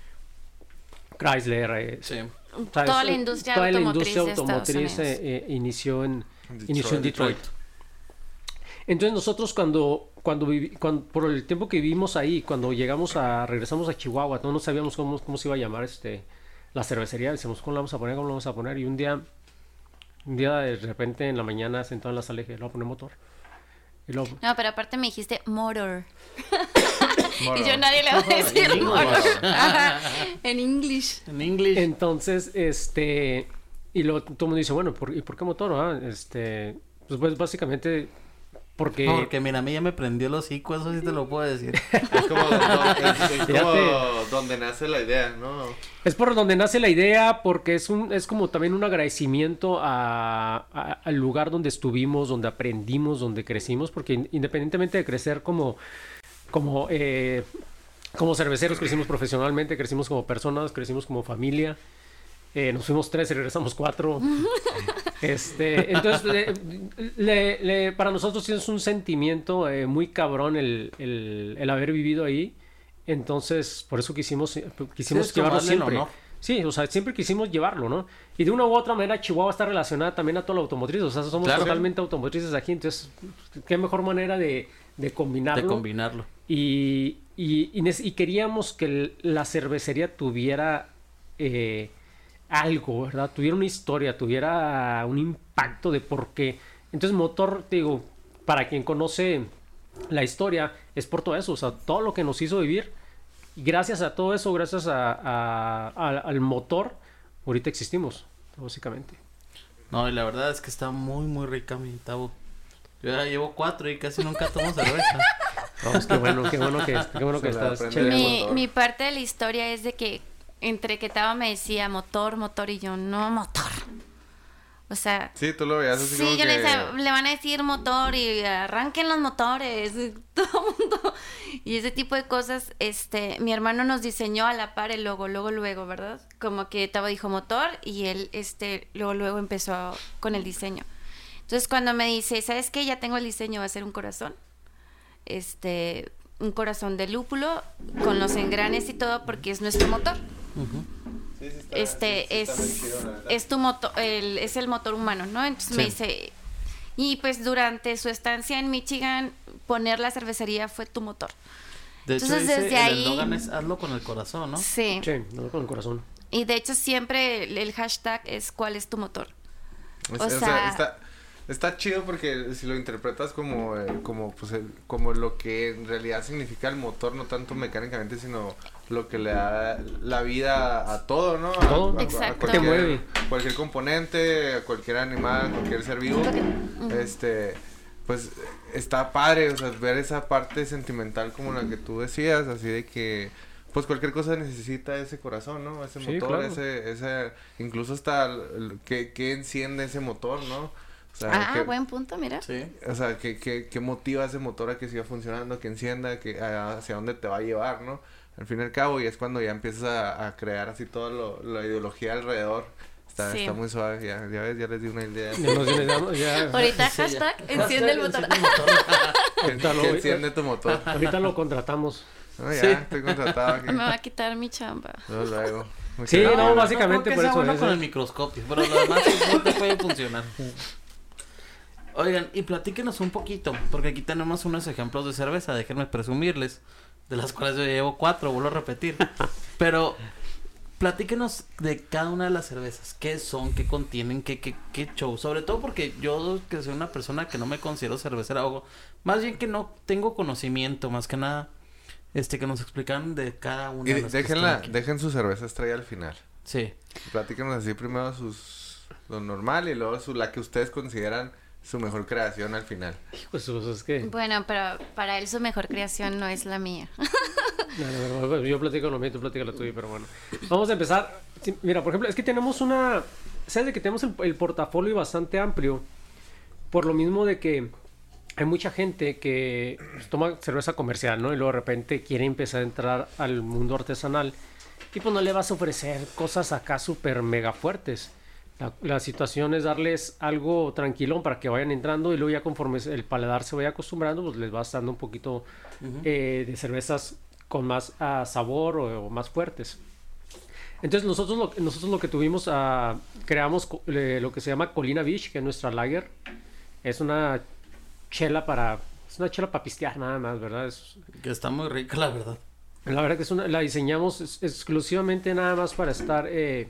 Chrysler. eh, Sí. o sea, Toda es- la industria toda la automotriz industria de Estados automotriz, Unidos. eh, eh, inició en, Detroit. inició en Detroit. Entonces nosotros cuando, cuando, vivi- cuando por el tiempo que vivimos ahí, cuando llegamos a, regresamos a Chihuahua, no, no sabíamos cómo, cómo se iba a llamar este, la cervecería, decíamos, ¿cómo la vamos a poner? ¿Cómo la vamos a poner? Y un día, un día de repente en la mañana sentado en la sala dije, le voy a poner motor. Y luego, No, pero aparte me dijiste motor. Motor. Y yo nadie le va a decir En motor. English. Ajá, en English. En English. entonces, este, y luego todo el mundo dice, bueno, ¿por, ¿y por qué motor? ah? Este, pues, pues básicamente porque... No, porque mira, a mí ya me prendió el hocico, eso sí te lo puedo decir. Es como, no, es, es como Fíjate. donde nace la idea, ¿no? Es por donde nace la idea, porque es un es como también un agradecimiento a, a- al lugar donde estuvimos, donde aprendimos, donde crecimos, porque in- independientemente de crecer como como eh, como cerveceros, crecimos profesionalmente, crecimos como personas, crecimos como familia. Eh, nos fuimos tres y regresamos cuatro. Este, entonces, le- le- le- para nosotros sí es un sentimiento eh, muy cabrón el, el, el haber vivido ahí. Entonces, por eso quisimos, eh, quisimos Sí, es como llevarlo darle el siempre. honor. Sí, o sea, siempre quisimos llevarlo, ¿no? Y de una u otra manera, Chihuahua está relacionada también a toda la automotriz. O sea, somos Claro. totalmente automotrices aquí. Entonces, qué mejor manera de, de combinarlo. De combinarlo. Y, y, y nece- y queríamos que el- la cervecería tuviera eh, algo, ¿verdad? Tuviera una historia, tuviera un impacto de por qué. Entonces, motor, te digo, para quien conoce la historia, es por todo eso, o sea, todo lo que nos hizo vivir. Y gracias a todo eso, gracias a, a- a- al motor, ahorita existimos, básicamente. No, y la verdad es que está muy, muy rica mi tabo. Yo ya llevo cuatro y casi nunca tomo cerveza. No, pues qué bueno, qué bueno que, qué bueno que Se la estás aprende chévere. de Mi, motor. mi parte de la historia es de que entre que Tao me decía motor, motor y yo, no motor. O sea, Sí, tú lo veías así sí, como yo que... le decía, le van a decir motor y arranquen los motores, y todo el mundo. Y ese tipo de cosas, este, mi hermano nos diseñó a la par el logo, luego, luego, ¿verdad? Como que Tavo dijo motor y él, este, luego, luego empezó con el diseño. Entonces cuando me dice, ¿sabes qué? Ya tengo el diseño, va a ser un corazón. Este, un corazón de lúpulo con los engranes y todo porque es nuestro motor. Sí, sí está- Este sí, sí está muy es, chido, la verdad. es tu motor, el, es el motor humano, ¿no? Entonces me Sí. dice, y pues durante su estancia en Michigan, poner la cervecería fue tu motor. De hecho, Entonces, dice, desde el ahí- eslogan es hazlo con el corazón, ¿no? Sí. Sí, no, con el corazón. Y de hecho siempre el, el hashtag es ¿cuál es tu motor? Es- O o sea, sea- está, está chido porque si lo interpretas como, eh, como, pues, el- como lo que en realidad significa el motor, no tanto mecánicamente, sino lo que le da la vida a todo, ¿no? A, Todo. a- a Exacto. cualquier, Te mueve. cualquier componente, a cualquier animal, cualquier ser vivo. Lo que- ujú. Este, pues está padre, o sea, ver esa parte sentimental como la que tú decías, así de que pues cualquier cosa necesita ese corazón, ¿no? Ese Sí, motor, claro. ese, ese, incluso hasta el- el- que, que enciende ese motor, ¿no? O sea, ah, que, buen punto, mira. Sí. o sea, que, que, que motiva ese motor a que siga funcionando, que encienda, que a- hacia dónde te va a llevar, ¿no? Al fin y al cabo, y es cuando ya empiezas a, a crear así toda la ideología alrededor. Está, Sí. está muy suave, ya, ya ves, ya les di una idea. Ya nos ya- ya- Ahorita Sí, ya. hashtag enciende el motor. Enciende el motor. Que, Ahorita lo- que enciende tu motor. ahorita lo contratamos. No, ya, Sí. estoy contratado aquí. Me va a quitar mi chamba. Luego, luego. Muchas Sí, gracias. no, básicamente creo que por sea eso bueno es, con ¿eh? el microscopio, pero lo demás no te puede funcionar. Oigan, y platíquenos un poquito, porque aquí tenemos unos ejemplos de cerveza, déjenme presumirles, de las cuales yo llevo cuatro, vuelvo a repetir. Pero platíquenos de cada una de las cervezas, qué son, qué contienen, qué, qué, qué show. Sobre todo porque yo, que soy una persona que no me considero cervecera, o más bien que no tengo conocimiento, más que nada, este, que nos explican de cada una Y de las que déjenla, están aquí. dejen su cerveza estrella al final. Sí. Platícanos así primero sus lo normal y luego su, la que ustedes consideran su mejor creación al final. Pues, pues, es que... Bueno, pero para él su mejor creación no es la mía. No, no, no, yo platico lo mío, tú platicas lo tuyo, pero bueno. Vamos a empezar. Sí, mira, por ejemplo, es que tenemos una... ¿Sabes de que tenemos el, el portafolio bastante amplio? Por lo mismo de que hay mucha gente que pues, toma cerveza comercial, ¿no? Y luego de repente quiere empezar a entrar al mundo artesanal. Y pues no le vas a ofrecer cosas acá súper mega fuertes. La, la situación es darles algo tranquilón para que vayan entrando y luego ya conforme el paladar se vaya acostumbrando, pues les vas dando un poquito Ujú. eh, de cervezas con más ah, sabor o, o más fuertes. Entonces nosotros lo, nosotros lo que tuvimos, ah, creamos co- eh, lo que se llama Colina Beach, que es nuestra lager. Es una chela para, es una chela para pistear nada más, ¿verdad? Es, Que está muy rica, la verdad. la verdad que es una, la diseñamos es- exclusivamente nada más para estar eh,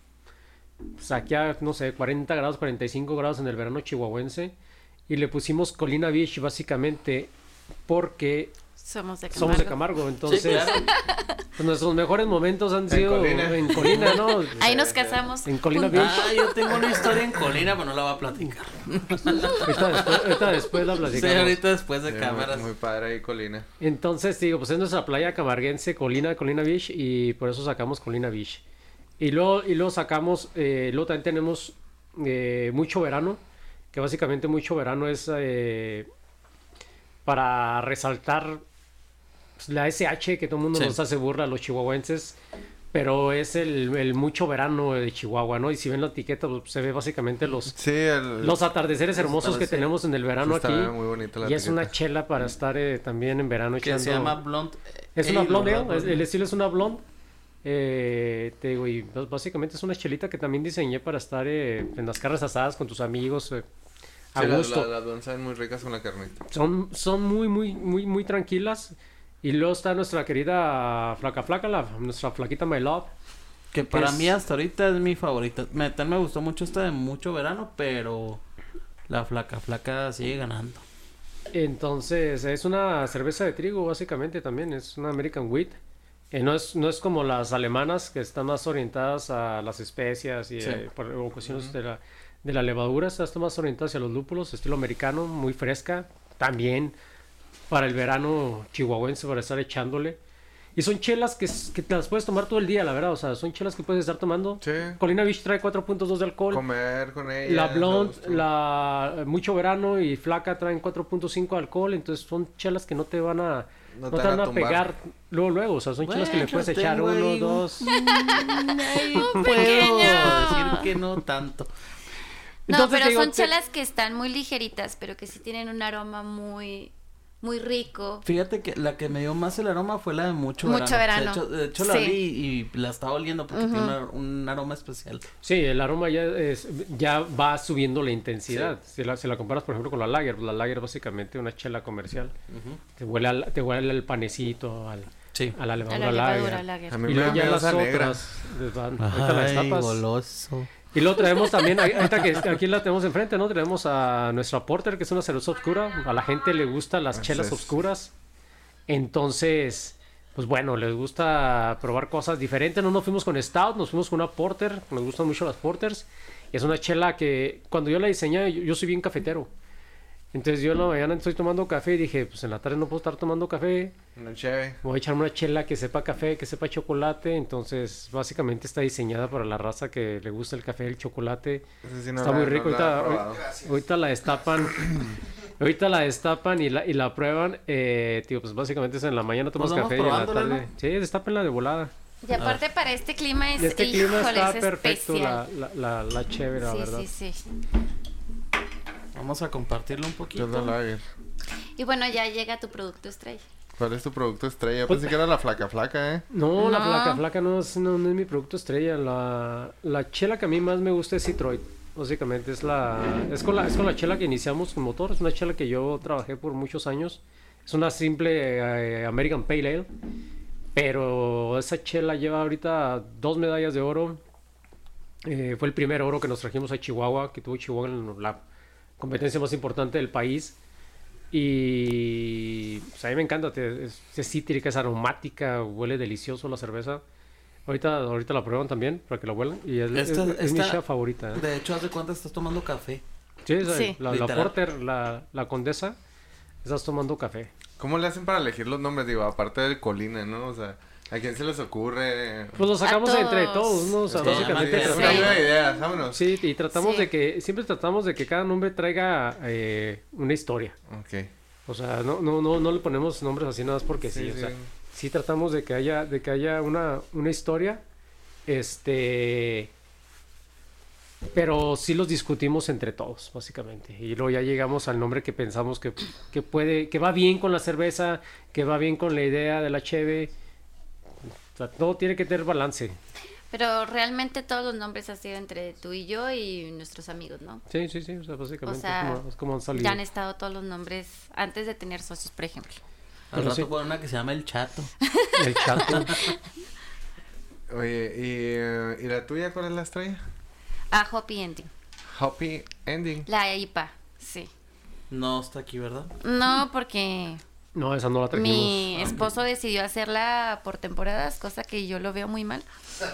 pues aquí a, no sé, cuarenta grados, cuarenta y cinco grados en el verano chihuahuense. Y le pusimos Colina Beach básicamente porque Somos de Camargo. somos de Camargo. Entonces, Sí, claro. pues nuestros mejores momentos han En sido Colina. en Colina, ¿no? Ahí nos casamos. En Colina Punto. Beach. Ah, yo tengo una historia en Colina, pero no la voy a platicar. Ahorita después, ahorita después la Sí, platicamos. ahorita después de Sí, cámaras. muy, muy padre ahí, Colina. Entonces, digo, pues es nuestra playa camarguense, Colina, Colina Beach, y por eso sacamos Colina Beach. Y luego, y luego sacamos, eh, luego también tenemos eh, Mucho Verano, que básicamente Mucho Verano es eh, para resaltar pues, la S H, que todo el mundo Sí. nos hace burla, los chihuahuenses, pero es el, el Mucho Verano de Chihuahua, ¿no? Y si ven la etiqueta, pues, se ve básicamente los, Sí, el, los atardeceres hermosos que atardeceres. tenemos en el verano está aquí. muy bonita la Y es una etiqueta. chela para estar eh, también en verano Que echando... se llama Blonde. Es una Ale, blonde ¿verdad? ale, es- el estilo es una blonde. Eh, te digo, y bas- básicamente es una chelita que también diseñé para estar eh, en las carnes asadas con tus amigos eh, a Sí, las, gusto. las, las blondes saben muy ricas con la carnita. Son, son muy, muy, muy, muy tranquilas. Y luego está nuestra querida Flaca Flaca, la, nuestra flaquita My Love. Que para es- mí hasta ahorita es mi favorita. Me, también me gustó mucho esta de Mucho Verano, pero la flaca, flaca sigue ganando. Entonces, es una cerveza de trigo, básicamente también. Es una American Wheat. Eh, no, es, no es como las alemanas, que están más orientadas a las especias y Sí. eh, por, o cuestiones de, la, de la levadura. Esta está más orientada hacia los lúpulos, estilo americano, muy fresca. También para el verano chihuahuense, para estar echándole. Y son chelas que, s- que te las puedes tomar todo el día, la verdad. O sea, son chelas que puedes estar tomando. Sí. Colina Beach trae cuatro punto dos de alcohol. Comer con ella. La a Blonde, gusto. la Mucho Verano y Flaca traen cuatro punto cinco de alcohol, entonces son chelas que no te van a No no, te te van van a a tumbar. pegar luego luego, o sea, son chelas que le Bueno, puedes echar tengo uno, ahí un- dos. Ay, puedo pequeño. decir que no tanto. No, Entonces, pero digo, son te- chelas que están muy ligeritas, pero que sí tienen un aroma muy, muy rico. Fíjate que la que me dio más el aroma fue la de Mucho, Mucho Verano. Verano. De hecho, de hecho la Sí. olí y la estaba oliendo porque tiene una- un aroma especial. Sí, el aroma ya es, ya va subiendo la intensidad. Si, la, si la comparas, por ejemplo, con la Lager, pues la Lager es básicamente una chela comercial. Te huele al, te huele al panecito, al, Sí. a la A levadura la levadura, Lager. lager. A mí Y me da luego ya miedo las esa negra. otras, les van- ahorita las Ay, tapas. goloso. Y luego traemos también, ahí- ahorita que aquí la tenemos enfrente, ¿no? Tenemos a nuestra Porter, que es una cerveza oscura. A la gente le gustan las Así chelas es. oscuras. Entonces, pues bueno, les gusta probar cosas diferentes. No nos fuimos con Stout, nos fuimos con una Porter. Nos gustan mucho las Porters. Y es una chela que cuando yo la diseñé, yo, yo soy bien cafetero. Entonces yo en la mañana estoy tomando café y dije, pues en la tarde no puedo estar tomando café. Una chévere. Voy a echarme una chela que sepa café, que sepa chocolate. Entonces básicamente está diseñada para la raza que le gusta el café, el chocolate. Ese sí no Está la- muy no rico. la he Ahorita, probado. ahorita la destapan. Ahorita la destapan y la, y la prueban. Eh, tío, pues básicamente es en la mañana tomas Pues vamos café y en la probándola, tarde. Sí, destápenla de volada. Y aparte para este clima es, Y este clima híjole, está es perfecto, la, especial. la, la, la chévere, la Sí, verdad. sí, sí. Vamos a compartirlo un Yo poquito. no la hago. Y bueno, ya llega tu producto estrella. ¿Cuál es tu producto estrella? Pues- Pensé que era la flaca flaca, ¿eh? No, la No. flaca flaca no es, no, no es mi producto estrella. La, la chela que a mí más me gusta es Citroid. Básicamente es la es con la es con la chela que iniciamos con motor. Es una chela que yo trabajé por muchos años. Es una simple eh, American Pale Ale. Pero esa chela lleva ahorita dos medallas de oro. Eh, fue el primer oro que nos trajimos a Chihuahua, que tuvo Chihuahua en la competencia más importante del país. Y pues, a mí me encanta, te- es, es cítrica, es aromática, huele delicioso la cerveza. Ahorita, ahorita la prueban también para que la huelan. Y es, es- Esta- es mi esta- chela favorita. ¿eh? De hecho, haz de cuenta estás tomando café. Sí, esa- Sí. La, la Literal. Porter, la, la Condesa, estás tomando café. ¿Cómo le hacen para elegir los nombres? Digo, aparte del Colina, ¿no? O sea, ¿a quién se les ocurre? Pues lo sacamos todos. entre todos, ¿no? O sea, Sí, básicamente sí. Es tratamos- una lluvia de ideas, vámonos. Sí, y tratamos Sí. de que, siempre tratamos de que cada nombre traiga eh, una historia. Ok. O sea, no, no, no, no le ponemos nombres así nada más porque sí, Sí, o sea, sí. sí tratamos de que haya, de que haya una, una historia, este, pero sí los discutimos entre todos, básicamente, y luego ya llegamos al nombre que pensamos que, que puede, que va bien con la cerveza, que va bien con la idea de la cheve, o sea, todo tiene que tener balance. Pero realmente todos los nombres han sido entre tú y yo y nuestros amigos, ¿no? Sí, sí, sí, o sea, O básicamente sea, es, como, es como han salido. ya han estado todos los nombres antes de tener socios, por ejemplo. Al Pero rato sí. ponen una que se llama El Chato. El chato. Oye, ¿y, eh, ¿y la tuya cuál es la estrella? Ah, Happy Ending. Happy Ending. La I P A, sí. No está aquí, ¿verdad? No, porque No, esa no la trajimos. mi esposo decidió hacerla por temporadas, cosa que yo lo veo muy mal.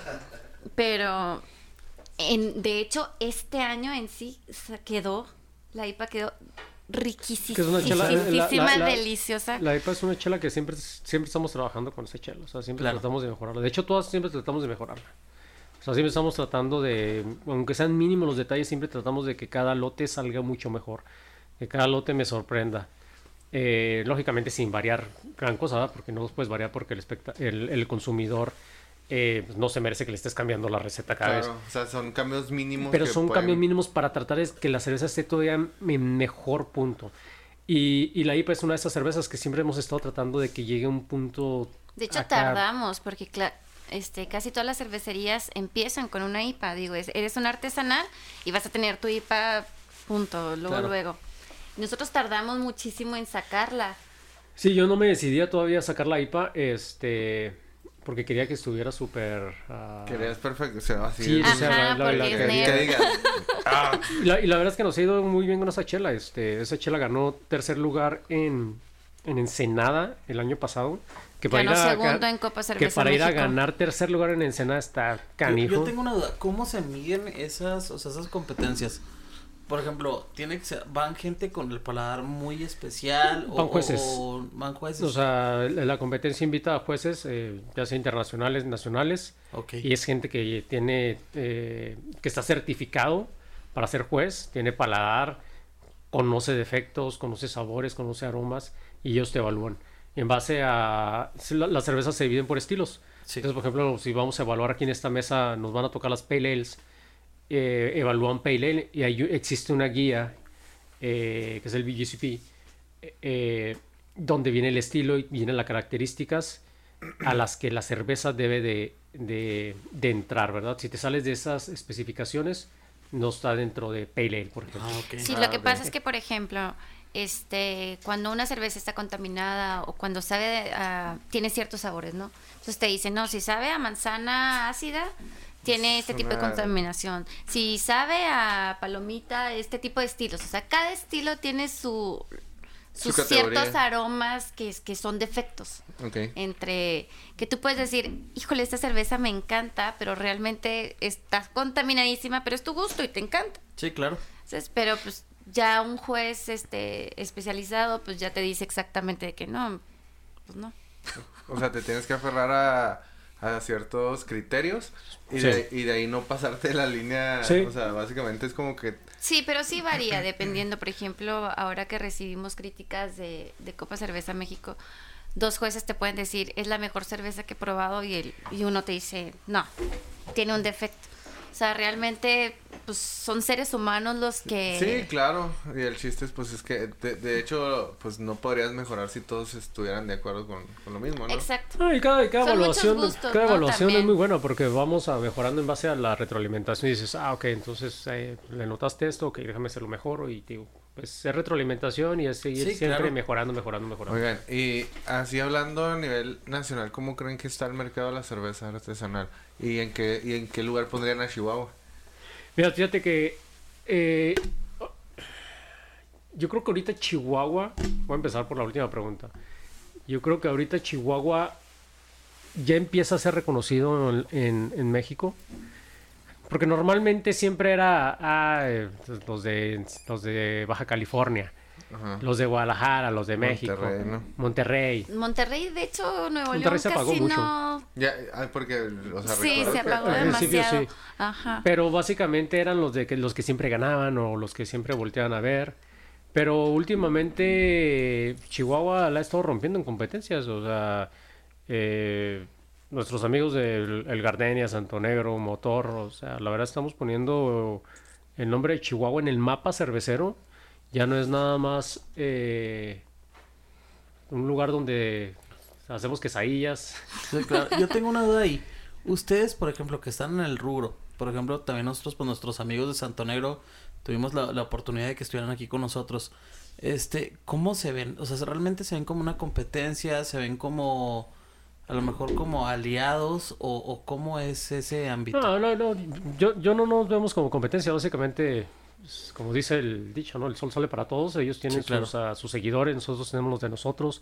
Pero, en, de hecho, este año en sí se quedó, la I P A quedó riquísima, Que es una chela- la- la- la- deliciosa. La I P A es una chela que siempre, siempre estamos trabajando con esa chela. O sea, siempre Claro. tratamos de mejorarla. De hecho, todas siempre tratamos de mejorarla. O sea, siempre estamos tratando de, aunque sean mínimos los detalles, siempre tratamos de que cada lote salga mucho mejor. Que cada lote me sorprenda. Eh, lógicamente sin variar gran cosa, ¿verdad? Porque no los puedes variar porque el, especta- el, el consumidor eh, pues, no se merece que le estés cambiando la receta cada vez. Claro, o sea, son cambios mínimos. Pero que son pueden- cambios mínimos para tratar de que la cerveza esté todavía en mejor punto. Y, y la I P A es una de esas cervezas que siempre hemos estado tratando de que llegue a un punto... De hecho, acá. tardamos, porque cla- este, casi todas las cervecerías empiezan con una I P A. Digo, es- eres un artesanal y vas a tener tu I P A, punto, luego, Claro. luego. Nosotros tardamos muchísimo en sacarla. Sí, yo no me decidía todavía a sacar la I P A, este... Porque quería que estuviera súper... ah, Querías perfecto, o sea, así. Sí, de- o sea, Ajá, la- la- la- porque es que, negro. que digas. Ah, Y la, y la verdad es que nos ha ido muy bien con esa chela. Este, esa chela ganó tercer lugar en, en Ensenada el año pasado. Que para, Ganó ir a, segundo ga- en Copa que Cerveza para ir a México. ganar tercer lugar en Ensenada está Yo, canijo. yo tengo una duda. ¿Cómo se miden esas, o sea, esas competencias? Por ejemplo, tiene que ser, van gente con el paladar muy especial o, Van jueces. o- van jueces. O sea, la la competencia invita a jueces, eh, ya sea internacionales, nacionales, Ok. y es gente que tiene, eh, que está certificado para ser juez, tiene paladar, conoce defectos, conoce sabores, conoce aromas, y ellos te evalúan. Y en base a... si la- Las cervezas se dividen por estilos. Sí. Entonces, por ejemplo, si vamos a evaluar aquí en esta mesa, nos van a tocar las Pale Ales, eh, evalúan Pale Ale, y ahí existe una guía, eh, que es el B G C P, eh, donde viene el estilo y vienen las características a las que la cerveza debe de, de, de entrar, ¿verdad? Si te sales de esas especificaciones, no está dentro de Pale Ale, por ejemplo. Ah, ok. Sí, Ah, lo que ok. pasa es que, por ejemplo, este, cuando una cerveza está contaminada o cuando sabe, a- tiene ciertos sabores, ¿no? Entonces te dicen, no, si sabe a manzana ácida, tiene este tipo de Una- contaminación. Si sabe a palomita, este tipo de estilos. O sea, cada estilo tiene su, Su sus categoría. ciertos aromas que, que son defectos. ok. Entre que tú puedes decir, híjole, esta cerveza me encanta, pero realmente está contaminadísima, pero es tu gusto y te encanta. Sí, claro. Entonces, pero pues ya un juez este especializado pues ya te dice exactamente de que no, pues no. O sea, te tienes que aferrar a, a ciertos criterios y, Sí. de, y de ahí no pasarte la línea. Sí. O sea, básicamente es como que... Sí, pero sí varía dependiendo. Por ejemplo, ahora que recibimos críticas de, de Copa Cerveza México, dos jueces te pueden decir, es la mejor cerveza que he probado, y, el, y uno te dice, no, tiene un defecto. O sea, realmente, pues, son seres humanos los que... Sí, claro. Y el chiste es, pues, es que, de, de hecho, pues, no podrías mejorar si todos estuvieran de acuerdo con, con lo mismo, ¿no? Exacto. No, y cada, y cada Son evaluación, muchos gustos, cada ¿no? evaluación es También. muy buena porque vamos a mejorando en base a la retroalimentación y dices, ah, ok, entonces eh, le notaste esto, ok, déjame hacerlo mejor y digo, pues es retroalimentación y es seguir Sí, siempre claro. mejorando, mejorando, mejorando. Oigan, y así hablando a nivel nacional, ¿cómo creen que está el mercado de la cerveza artesanal? ¿Y en qué, y en qué lugar pondrían a Chihuahua? Mira, fíjate que eh, yo creo que ahorita Chihuahua, voy a empezar por la última pregunta, yo creo que ahorita Chihuahua ya empieza a ser reconocido en, en, en México, porque normalmente siempre era ah, eh, los, de, los de Baja California, Ajá. los de Guadalajara, los de México, Monterrey, ¿no? Monterrey. Monterrey, de hecho, Nuevo Monterrey León se apagó casi mucho. no... Ya, ah, porque, o sea, Sí, recuerdo se que- apagó al principio demasiado. sí. Ajá. Pero básicamente eran los de que los que siempre ganaban o los que siempre volteaban a ver. Pero últimamente Chihuahua la ha estado rompiendo en competencias. O sea, eh, nuestros amigos del el Gardenia, Santo Negro, Motor, o sea, la verdad estamos poniendo el nombre de Chihuahua en el mapa cervecero. Ya no es nada más eh, un lugar donde hacemos quesadillas. Sí, claro. Yo tengo una duda ahí. Ustedes, por ejemplo, que están en el rubro, por ejemplo, también nosotros, pues nuestros amigos de Santo Negro, tuvimos la, la oportunidad de que estuvieran aquí con nosotros. Este, ¿cómo se ven? O sea, ¿realmente se ven como una competencia? ¿Se ven como, a lo mejor como aliados? ¿O, o cómo es ese ámbito? No, no, no. Yo, yo no nos vemos como competencia. Básicamente, pues, como dice el dicho, ¿no? El sol sale para todos. Ellos tienen Sí, claro. sus, ah, sus seguidores, nosotros tenemos los de nosotros.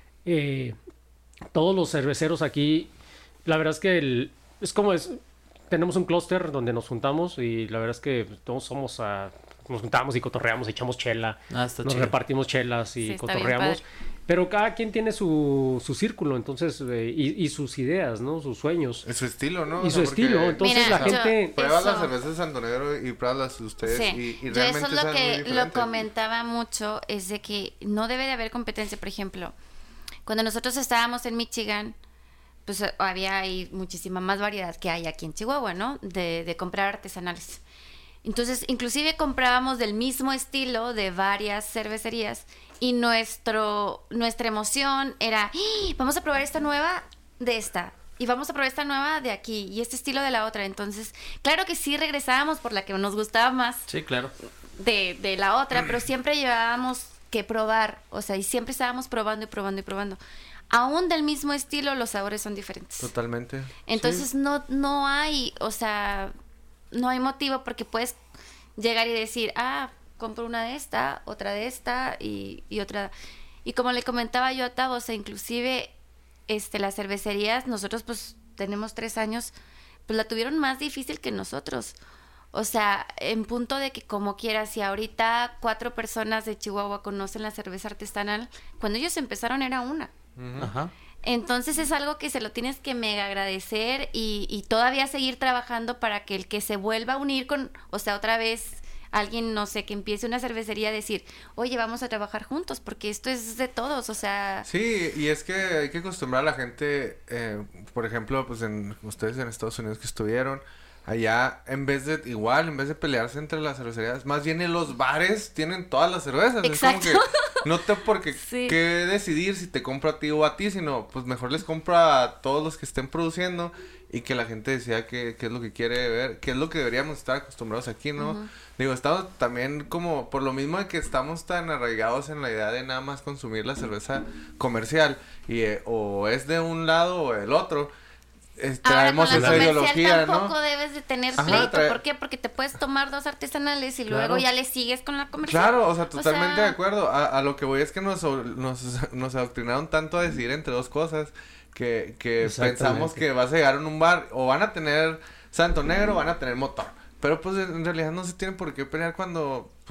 Eh, todos los cerveceros aquí, la verdad es que el- es como es. Tenemos un clúster donde nos juntamos y la verdad es que todos somos ah, nos juntamos y cotorreamos, echamos chela, Ah, está nos chido. repartimos chelas y Sí, está bien cotorreamos. padre. Pero cada quien tiene su, su círculo, entonces, eh, y, y sus ideas, ¿no? Sus sueños. Es su estilo, ¿no? Y O su sea, porque estilo, entonces Mira, la yo- gente... Pruebas Eso. las cervezas de Santo Negro y pruebas las de ustedes Sí, y, y yo realmente eso es lo saben muy que lo diferente. comentaba mucho, es de que no debe de haber competencia. Por ejemplo, cuando nosotros estábamos en Michigan, pues eh, había ahí muchísima más variedad que hay aquí en Chihuahua, ¿no? De, de comprar artesanales. Entonces, inclusive comprábamos del mismo estilo de varias cervecerías y nuestro nuestra emoción era, ¡Ah! Vamos a probar esta nueva de esta y vamos a probar esta nueva de aquí y este estilo de la otra. Entonces, claro que sí regresábamos por la que nos gustaba más Sí, claro. de, de la otra, pero siempre llevábamos que probar, o sea, y siempre estábamos probando y probando y probando. Aún del mismo estilo, los sabores son diferentes. Totalmente. Entonces no, no hay, o sea, no hay motivo porque puedes llegar y decir, ah, compro una de esta, otra de esta y, y otra. Y como le comentaba yo a Tavo, o sea, inclusive este, las cervecerías, nosotros pues tenemos tres años, pues la tuvieron más difícil que nosotros. O sea, en punto de que como quieras, si ahorita cuatro personas de Chihuahua conocen la cerveza artesanal, cuando ellos empezaron era una. Ujú. Ajá. Entonces es algo que se lo tienes que mega agradecer y, y todavía seguir trabajando para que el que se vuelva a unir con, o sea, otra vez alguien, no sé, que empiece una cervecería a decir, oye, vamos a trabajar juntos porque esto es de todos, o sea... Sí, y es que hay que acostumbrar a la gente, eh, por ejemplo, pues en ustedes en Estados Unidos que estuvieron, allá en vez de, igual, en vez de pelearse entre las cervecerías, más bien en los bares tienen todas las cervezas. Exacto. Es como que no te porque Sí. qué decidir si te compro a ti o a ti, sino pues mejor les compro a todos los que estén produciendo y que la gente decida qué, qué es lo que quiere ver, qué es lo que deberíamos estar acostumbrados aquí, ¿no? Ujú. Digo, estamos también como, por lo mismo de que estamos tan arraigados en la idea de nada más consumir la cerveza comercial y eh, o es de un lado o del otro, eh, Ahora con traemos la esa comercial ideología, tampoco ¿no? debes de tener Ajá, pleito. trae- ¿Por qué? Porque te puedes tomar dos artesanales y Claro. luego ya le sigues con la comercial. Claro, o sea, totalmente sea- de acuerdo. A, a lo que voy es que nos, nos, nos adoctrinaron tanto a decidir entre dos cosas que, que Exactamente. pensamos que vas a llegar en un bar o van a tener Santo Negro o van a tener Motor. Pero pues en realidad no se tienen por qué pelear cuando pues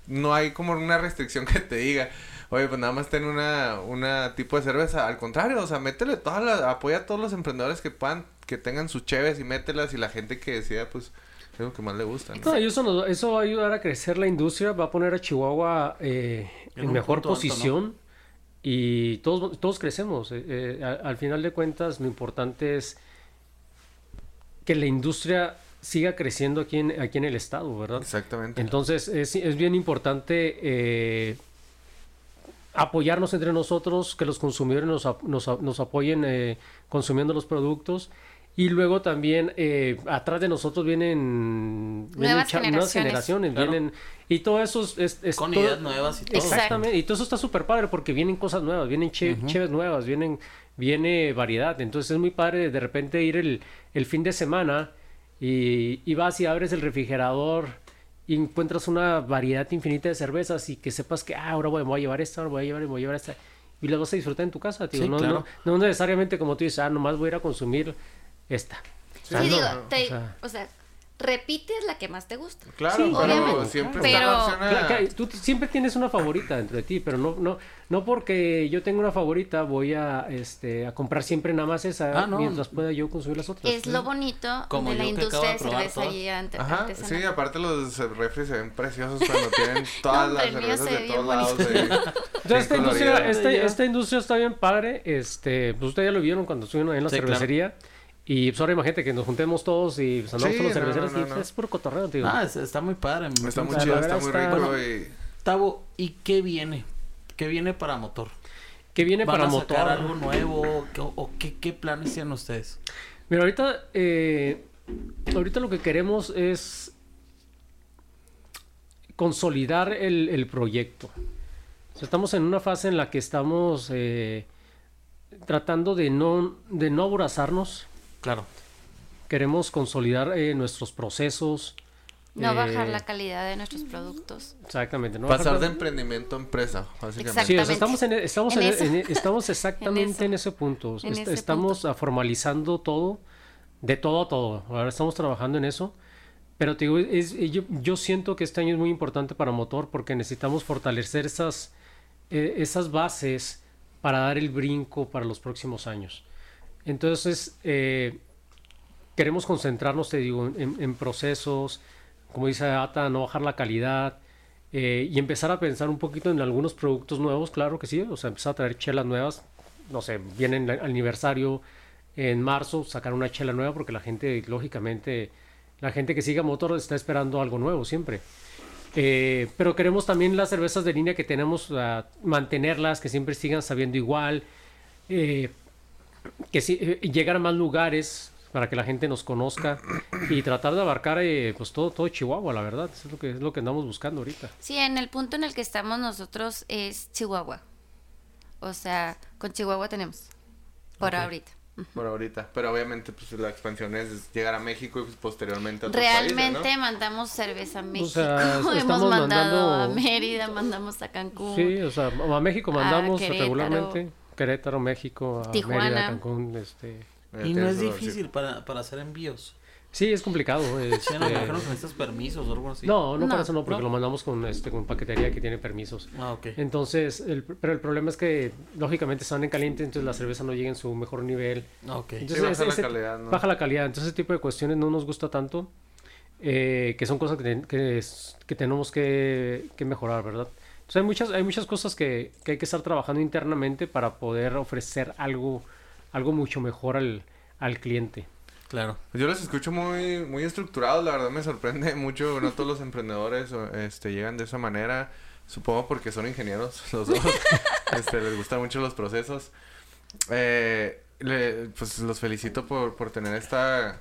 no hay como una restricción que te diga, oye, pues nada más ten una, una tipo de cerveza. Al contrario, o sea, métele todas las, apoya a todos los emprendedores que puedan, que tengan sus cheves y mételas, y la gente que decida, pues, es lo que más le gusta, ¿no? No, y eso, nos, eso va a ayudar a crecer la industria, va a poner a Chihuahua eh, en, en mejor posición, alto, ¿no? Y todos, todos crecemos. Eh, eh, al, al final de cuentas, lo importante es que la industria siga creciendo aquí en, aquí en el estado, ¿verdad? Exactamente. Entonces, es, es bien importante eh, apoyarnos entre nosotros, que los consumidores nos, nos, nos apoyen eh, consumiendo los productos. Y luego también eh, atrás de nosotros vienen nuevas vienen generaciones, nuevas generaciones claro. vienen, y todo eso es, es, es con todo, ideas nuevas y todo. Exactamente, y todo eso está súper padre porque vienen cosas nuevas, vienen che, uh-huh. cheves nuevas, vienen viene variedad. Entonces es muy padre de repente ir el, el fin de semana y, y vas y abres el refrigerador y encuentras una variedad infinita de cervezas y que sepas que ah, ahora voy, voy a llevar esta, ahora voy a llevar, voy a llevar esta y las vas a disfrutar en tu casa, tío. Sí, no, claro. no, no necesariamente como tú dices, ah, nomás voy a ir a consumir esta. Sí, o sea, digo, no, te, o sea, o sea, repites la que más te gusta. Claro, sí, pero obviamente. siempre Pero- está la opción a- Claro, claro, tú siempre tienes una favorita dentro de ti, pero no no no porque yo tengo una favorita voy a este a comprar siempre nada más esa Ah, no. mientras pueda yo consumir las otras. Es lo bonito Como de la yo que acabo industria de de probar cervecería ante- Ajá, artesanal. sí, aparte los refres se ven preciosos cuando tienen todas No, las hombre, el mío cervezas se de ve todos bien lados. bonito. de- Entonces bien esta industria, coloridas. esta, Ya. esta industria está bien padre, este, pues ustedes ya lo vieron cuando estuvieron en la Sí, cervecería. Y pues ahora imagínate que nos juntemos todos y pues, andamos Sí, todos los no, cerveceros no, no, y pues, no. es puro cotorreo, tío. Ah, es- está muy padre. me Está muy gusta. chido, la está verdad muy está- rico Bueno, y... Tavo, ¿y qué viene? ¿Qué viene para motor? ¿Qué viene ¿Van para a motor? sacar algo nuevo? ¿Qué- ¿O qué, qué planes tienen ustedes? Mira, ahorita, eh, ahorita lo que queremos es consolidar el, el proyecto. O sea, estamos en una fase en la que estamos eh, tratando de no, de no aborazarnos. Claro. Queremos consolidar eh, nuestros procesos. No eh, bajar la calidad de nuestros productos. Exactamente. ¿no? Pasar Bajar- de emprendimiento a empresa, básicamente. Sí, o sea, Exactamente. estamos, en, estamos, En en- eso. en- estamos exactamente En en, eso. ese punto. En Est- ese estamos punto. ah, formalizando todo, de todo a todo. Ahora estamos trabajando en eso. Pero te digo, es- es- yo, yo siento que este año es muy importante para motor porque necesitamos fortalecer esas, eh, esas bases para dar el brinco para los próximos años. Entonces, eh, queremos concentrarnos, te digo, en, en procesos, como dice Ata, no bajar la calidad eh, y empezar a pensar un poquito en algunos productos nuevos, claro que sí, o sea, empezar a traer chelas nuevas, no sé, viene el aniversario en marzo, sacar una chela nueva porque la gente, lógicamente, la gente que siga motor está esperando algo nuevo siempre. Eh, pero queremos también las cervezas de línea que tenemos, uh, mantenerlas, que siempre sigan sabiendo igual, eh, que sí, eh, llegar a más lugares para que la gente nos conozca y tratar de abarcar eh, pues todo, todo Chihuahua, la verdad, eso es lo que es lo que andamos buscando ahorita. Sí, en el punto en el que estamos nosotros es Chihuahua. O sea, con Chihuahua tenemos. Por Ok. ahorita. Por ahorita. Pero obviamente pues la expansión es llegar a México y pues, posteriormente a otros Realmente países, mandamos cerveza a México. sea, Hemos estamos mandado mandando- a Mérida, mandamos a Cancún. Sí, o sea, a México A mandamos Querétaro. regularmente, Querétaro, México, a Tijuana. Mérida, Cancún, este... ¿no? Y Eh, no tienes es razón, difícil para, para hacer envíos. Sí, es complicado. Sí, no, este, me imagino que necesitas permisos o algo así. No, no, No, para eso no, porque ¿no? lo mandamos con este con paquetería que tiene permisos. Ah, ok. Entonces, el, pero el problema es que lógicamente están en caliente, entonces la cerveza no llega en su mejor nivel. Ah, ok. Entonces, Sí, baja ese- la ese- calidad, ¿no? Baja la calidad. Entonces, ese tipo de cuestiones no nos gusta tanto, eh, que son cosas que, ten- que, es- que tenemos que, que mejorar, ¿verdad? Entonces, hay muchas, hay muchas cosas que, que hay que estar trabajando internamente para poder ofrecer algo, algo mucho mejor al, al cliente. Claro. Yo los escucho muy muy estructurados, la verdad me sorprende mucho, no todos los emprendedores o, este llegan de esa manera, supongo porque son ingenieros los dos, este les gustan mucho los procesos. Eh, le- pues los felicito por, por tener esta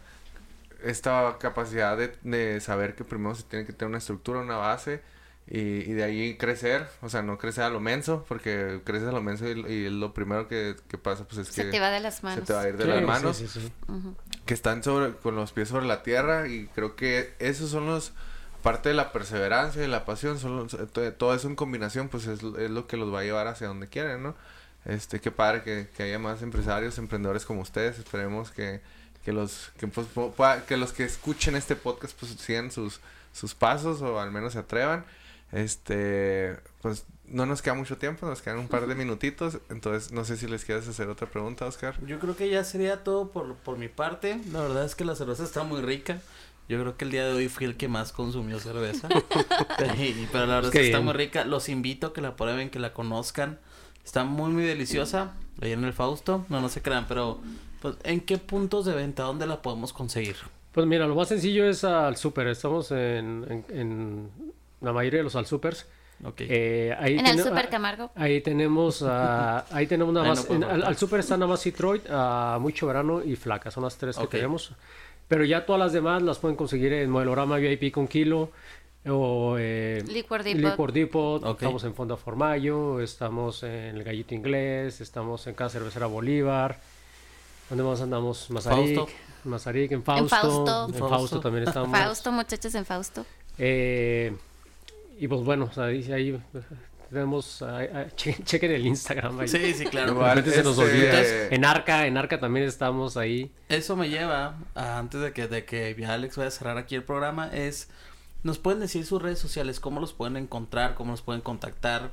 esta capacidad de, de saber que primero se tiene que tener una estructura, una base y, y de ahí crecer, o sea, no crecer a lo menso, porque creces a lo menso y, y lo primero que, que pasa pues es que Se te va de las se manos. te va a ir de Sí, las sí, manos. sí, sí. Ujú. Que están sobre con los pies sobre la tierra y creo que esos son los parte de la perseverancia y la pasión son los- to- todo eso en combinación pues es, es lo que los va a llevar hacia donde quieren, ¿no? Este qué padre que, que haya más empresarios, emprendedores como ustedes. Esperemos que, que los que, pues, po- pueda- que los que escuchen este podcast pues sigan sus sus pasos o al menos se atrevan. Este, pues no nos queda mucho tiempo, nos quedan un par de minutitos, entonces no sé si les quieres hacer otra pregunta, Oscar. Yo creo que ya sería todo por, por mi parte. La verdad es que la cerveza está muy rica. Yo creo que el día de hoy fui el que más consumió cerveza. Y, pero la verdad es que está muy rica. Los invito a que la prueben, que la conozcan. Está muy, muy deliciosa. Ahí en el Fausto. No, no se crean, pero pues, ¿en qué puntos de venta? ¿Dónde la podemos conseguir? Pues mira, lo más sencillo es al súper. Estamos en, en, en la mayoría de los al supers. Okay. Eh, ahí en ten, el Super Camargo. Ahí tenemos, uh, ahí tenemos nada más, no en, al, al súper está nada más Detroit, uh, Mucho Verano y Flaca, son las tres que okay. tenemos. Pero ya todas las demás las pueden conseguir en Modelorama V I P con Kilo o eh, Liquor Depot. Liquor Depot. Okay. Estamos en Fonda Formayo, estamos en el Gallito Inglés, estamos en Casa Cervecera Bolívar. ¿Dónde más andamos? Mazarik, Fausto. Mazarik, en Fausto. En Fausto. En Fausto también estamos. Fausto, muchachos, en Fausto. Eh, y pues bueno, o sea, ahí, ahí tenemos, ahí, ahí, chequen, chequen el Instagram ahí. Sí, sí, claro. De repente se nos Este- olvida. En Arca, en Arca también estamos ahí. Eso me lleva a, antes de que, de que ya Alex vaya a cerrar aquí el programa, es, ¿nos pueden decir sus redes sociales? ¿Cómo los pueden encontrar? ¿Cómo los pueden contactar?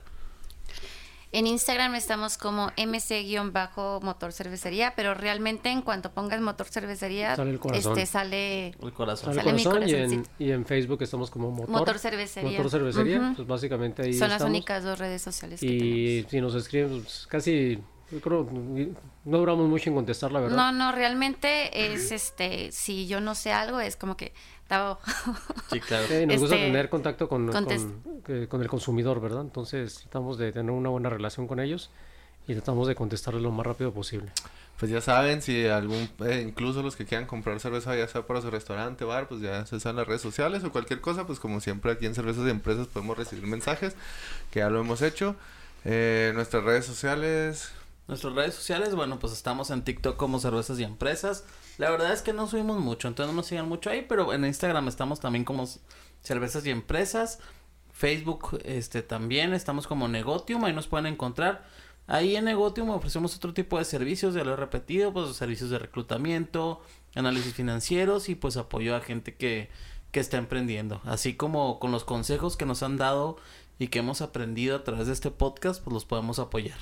En Instagram estamos como M C-Motor Cervecería, pero realmente en cuanto pongas Motor Cervecería, Sale el corazón. este sale El corazón. Sale Sale mi corazón y, en, corazoncito. y en Facebook estamos como Motor, Motor Cervecería. Motor Cervecería, Ujú. pues básicamente ahí Son las estamos. únicas dos redes sociales que Y si nos escriben, pues casi, yo creo, no duramos mucho en contestar, la verdad. No, no, realmente es este, si yo no sé algo, es como que, Tavo, Sí, claro. Sí, nos gusta este, tener contacto con, contest- con, eh, con el consumidor, ¿verdad? Entonces tratamos de tener una buena relación con ellos y tratamos de contestarles lo más rápido posible. Pues ya saben, si algún, eh, incluso los que quieran comprar cerveza, ya sea para su restaurante, bar, pues ya se saben las redes sociales o cualquier cosa, pues como siempre aquí en Cervezas y Empresas podemos recibir mensajes, que ya lo hemos hecho. Eh, nuestras redes sociales... Nuestras redes sociales, bueno, pues estamos en TikTok como Cervezas y Empresas. La verdad es que no subimos mucho, entonces no nos sigan mucho ahí, pero en Instagram estamos también como Cervezas y Empresas. Facebook, este, también estamos como Negotium, ahí nos pueden encontrar. Ahí en Negotium ofrecemos otro tipo de servicios, ya lo he repetido, pues servicios de reclutamiento, análisis financieros y pues apoyo a gente que, que está emprendiendo. Así como con los consejos que nos han dado y que hemos aprendido a través de este podcast, pues los podemos apoyar.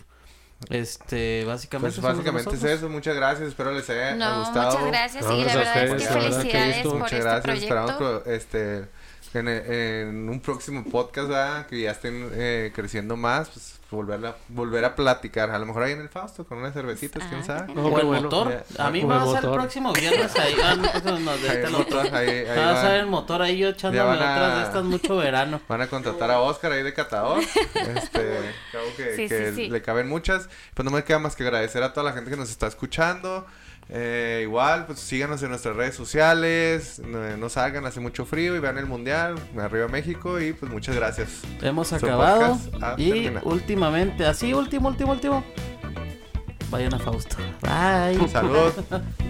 Este, básicamente. Pues básicamente es eso, muchas gracias, espero les haya no, gustado. muchas gracias No, y la gracias a verdad es ustedes, que la verdad que felicidades gusto. por Muchas este gracias, proyecto. esperamos pro- este en, en un próximo podcast, ¿verdad? Que ya estén eh, creciendo más, pues volver a, volver a platicar, a lo mejor ahí en el Fausto con unas cervecitas, quién Ah, sabe. No, O qué el bueno. motor. Ya, A mí o me el va a ser el motor. próximo viernes ahí. Ah, no, no, de Ahí este el al otro. motor, ahí- ahí Vas a va. ver el motor ahí yo echándome Ya van a- otras de estas mucho verano. Van a contratar a Oscar ahí de catador. Este, creo que, Sí, que sí, sí. le caben muchas. Pues no me queda más que agradecer a toda la gente que nos está escuchando. Eh, igual, pues síganos en nuestras redes sociales. No, no salgan, hace mucho frío y vean el mundial. Arriba México. Y pues muchas gracias. Hemos Su acabado. podcast ha Y terminado. últimamente, así, último, último, último. Vayan a Fausto. Bye. Salud.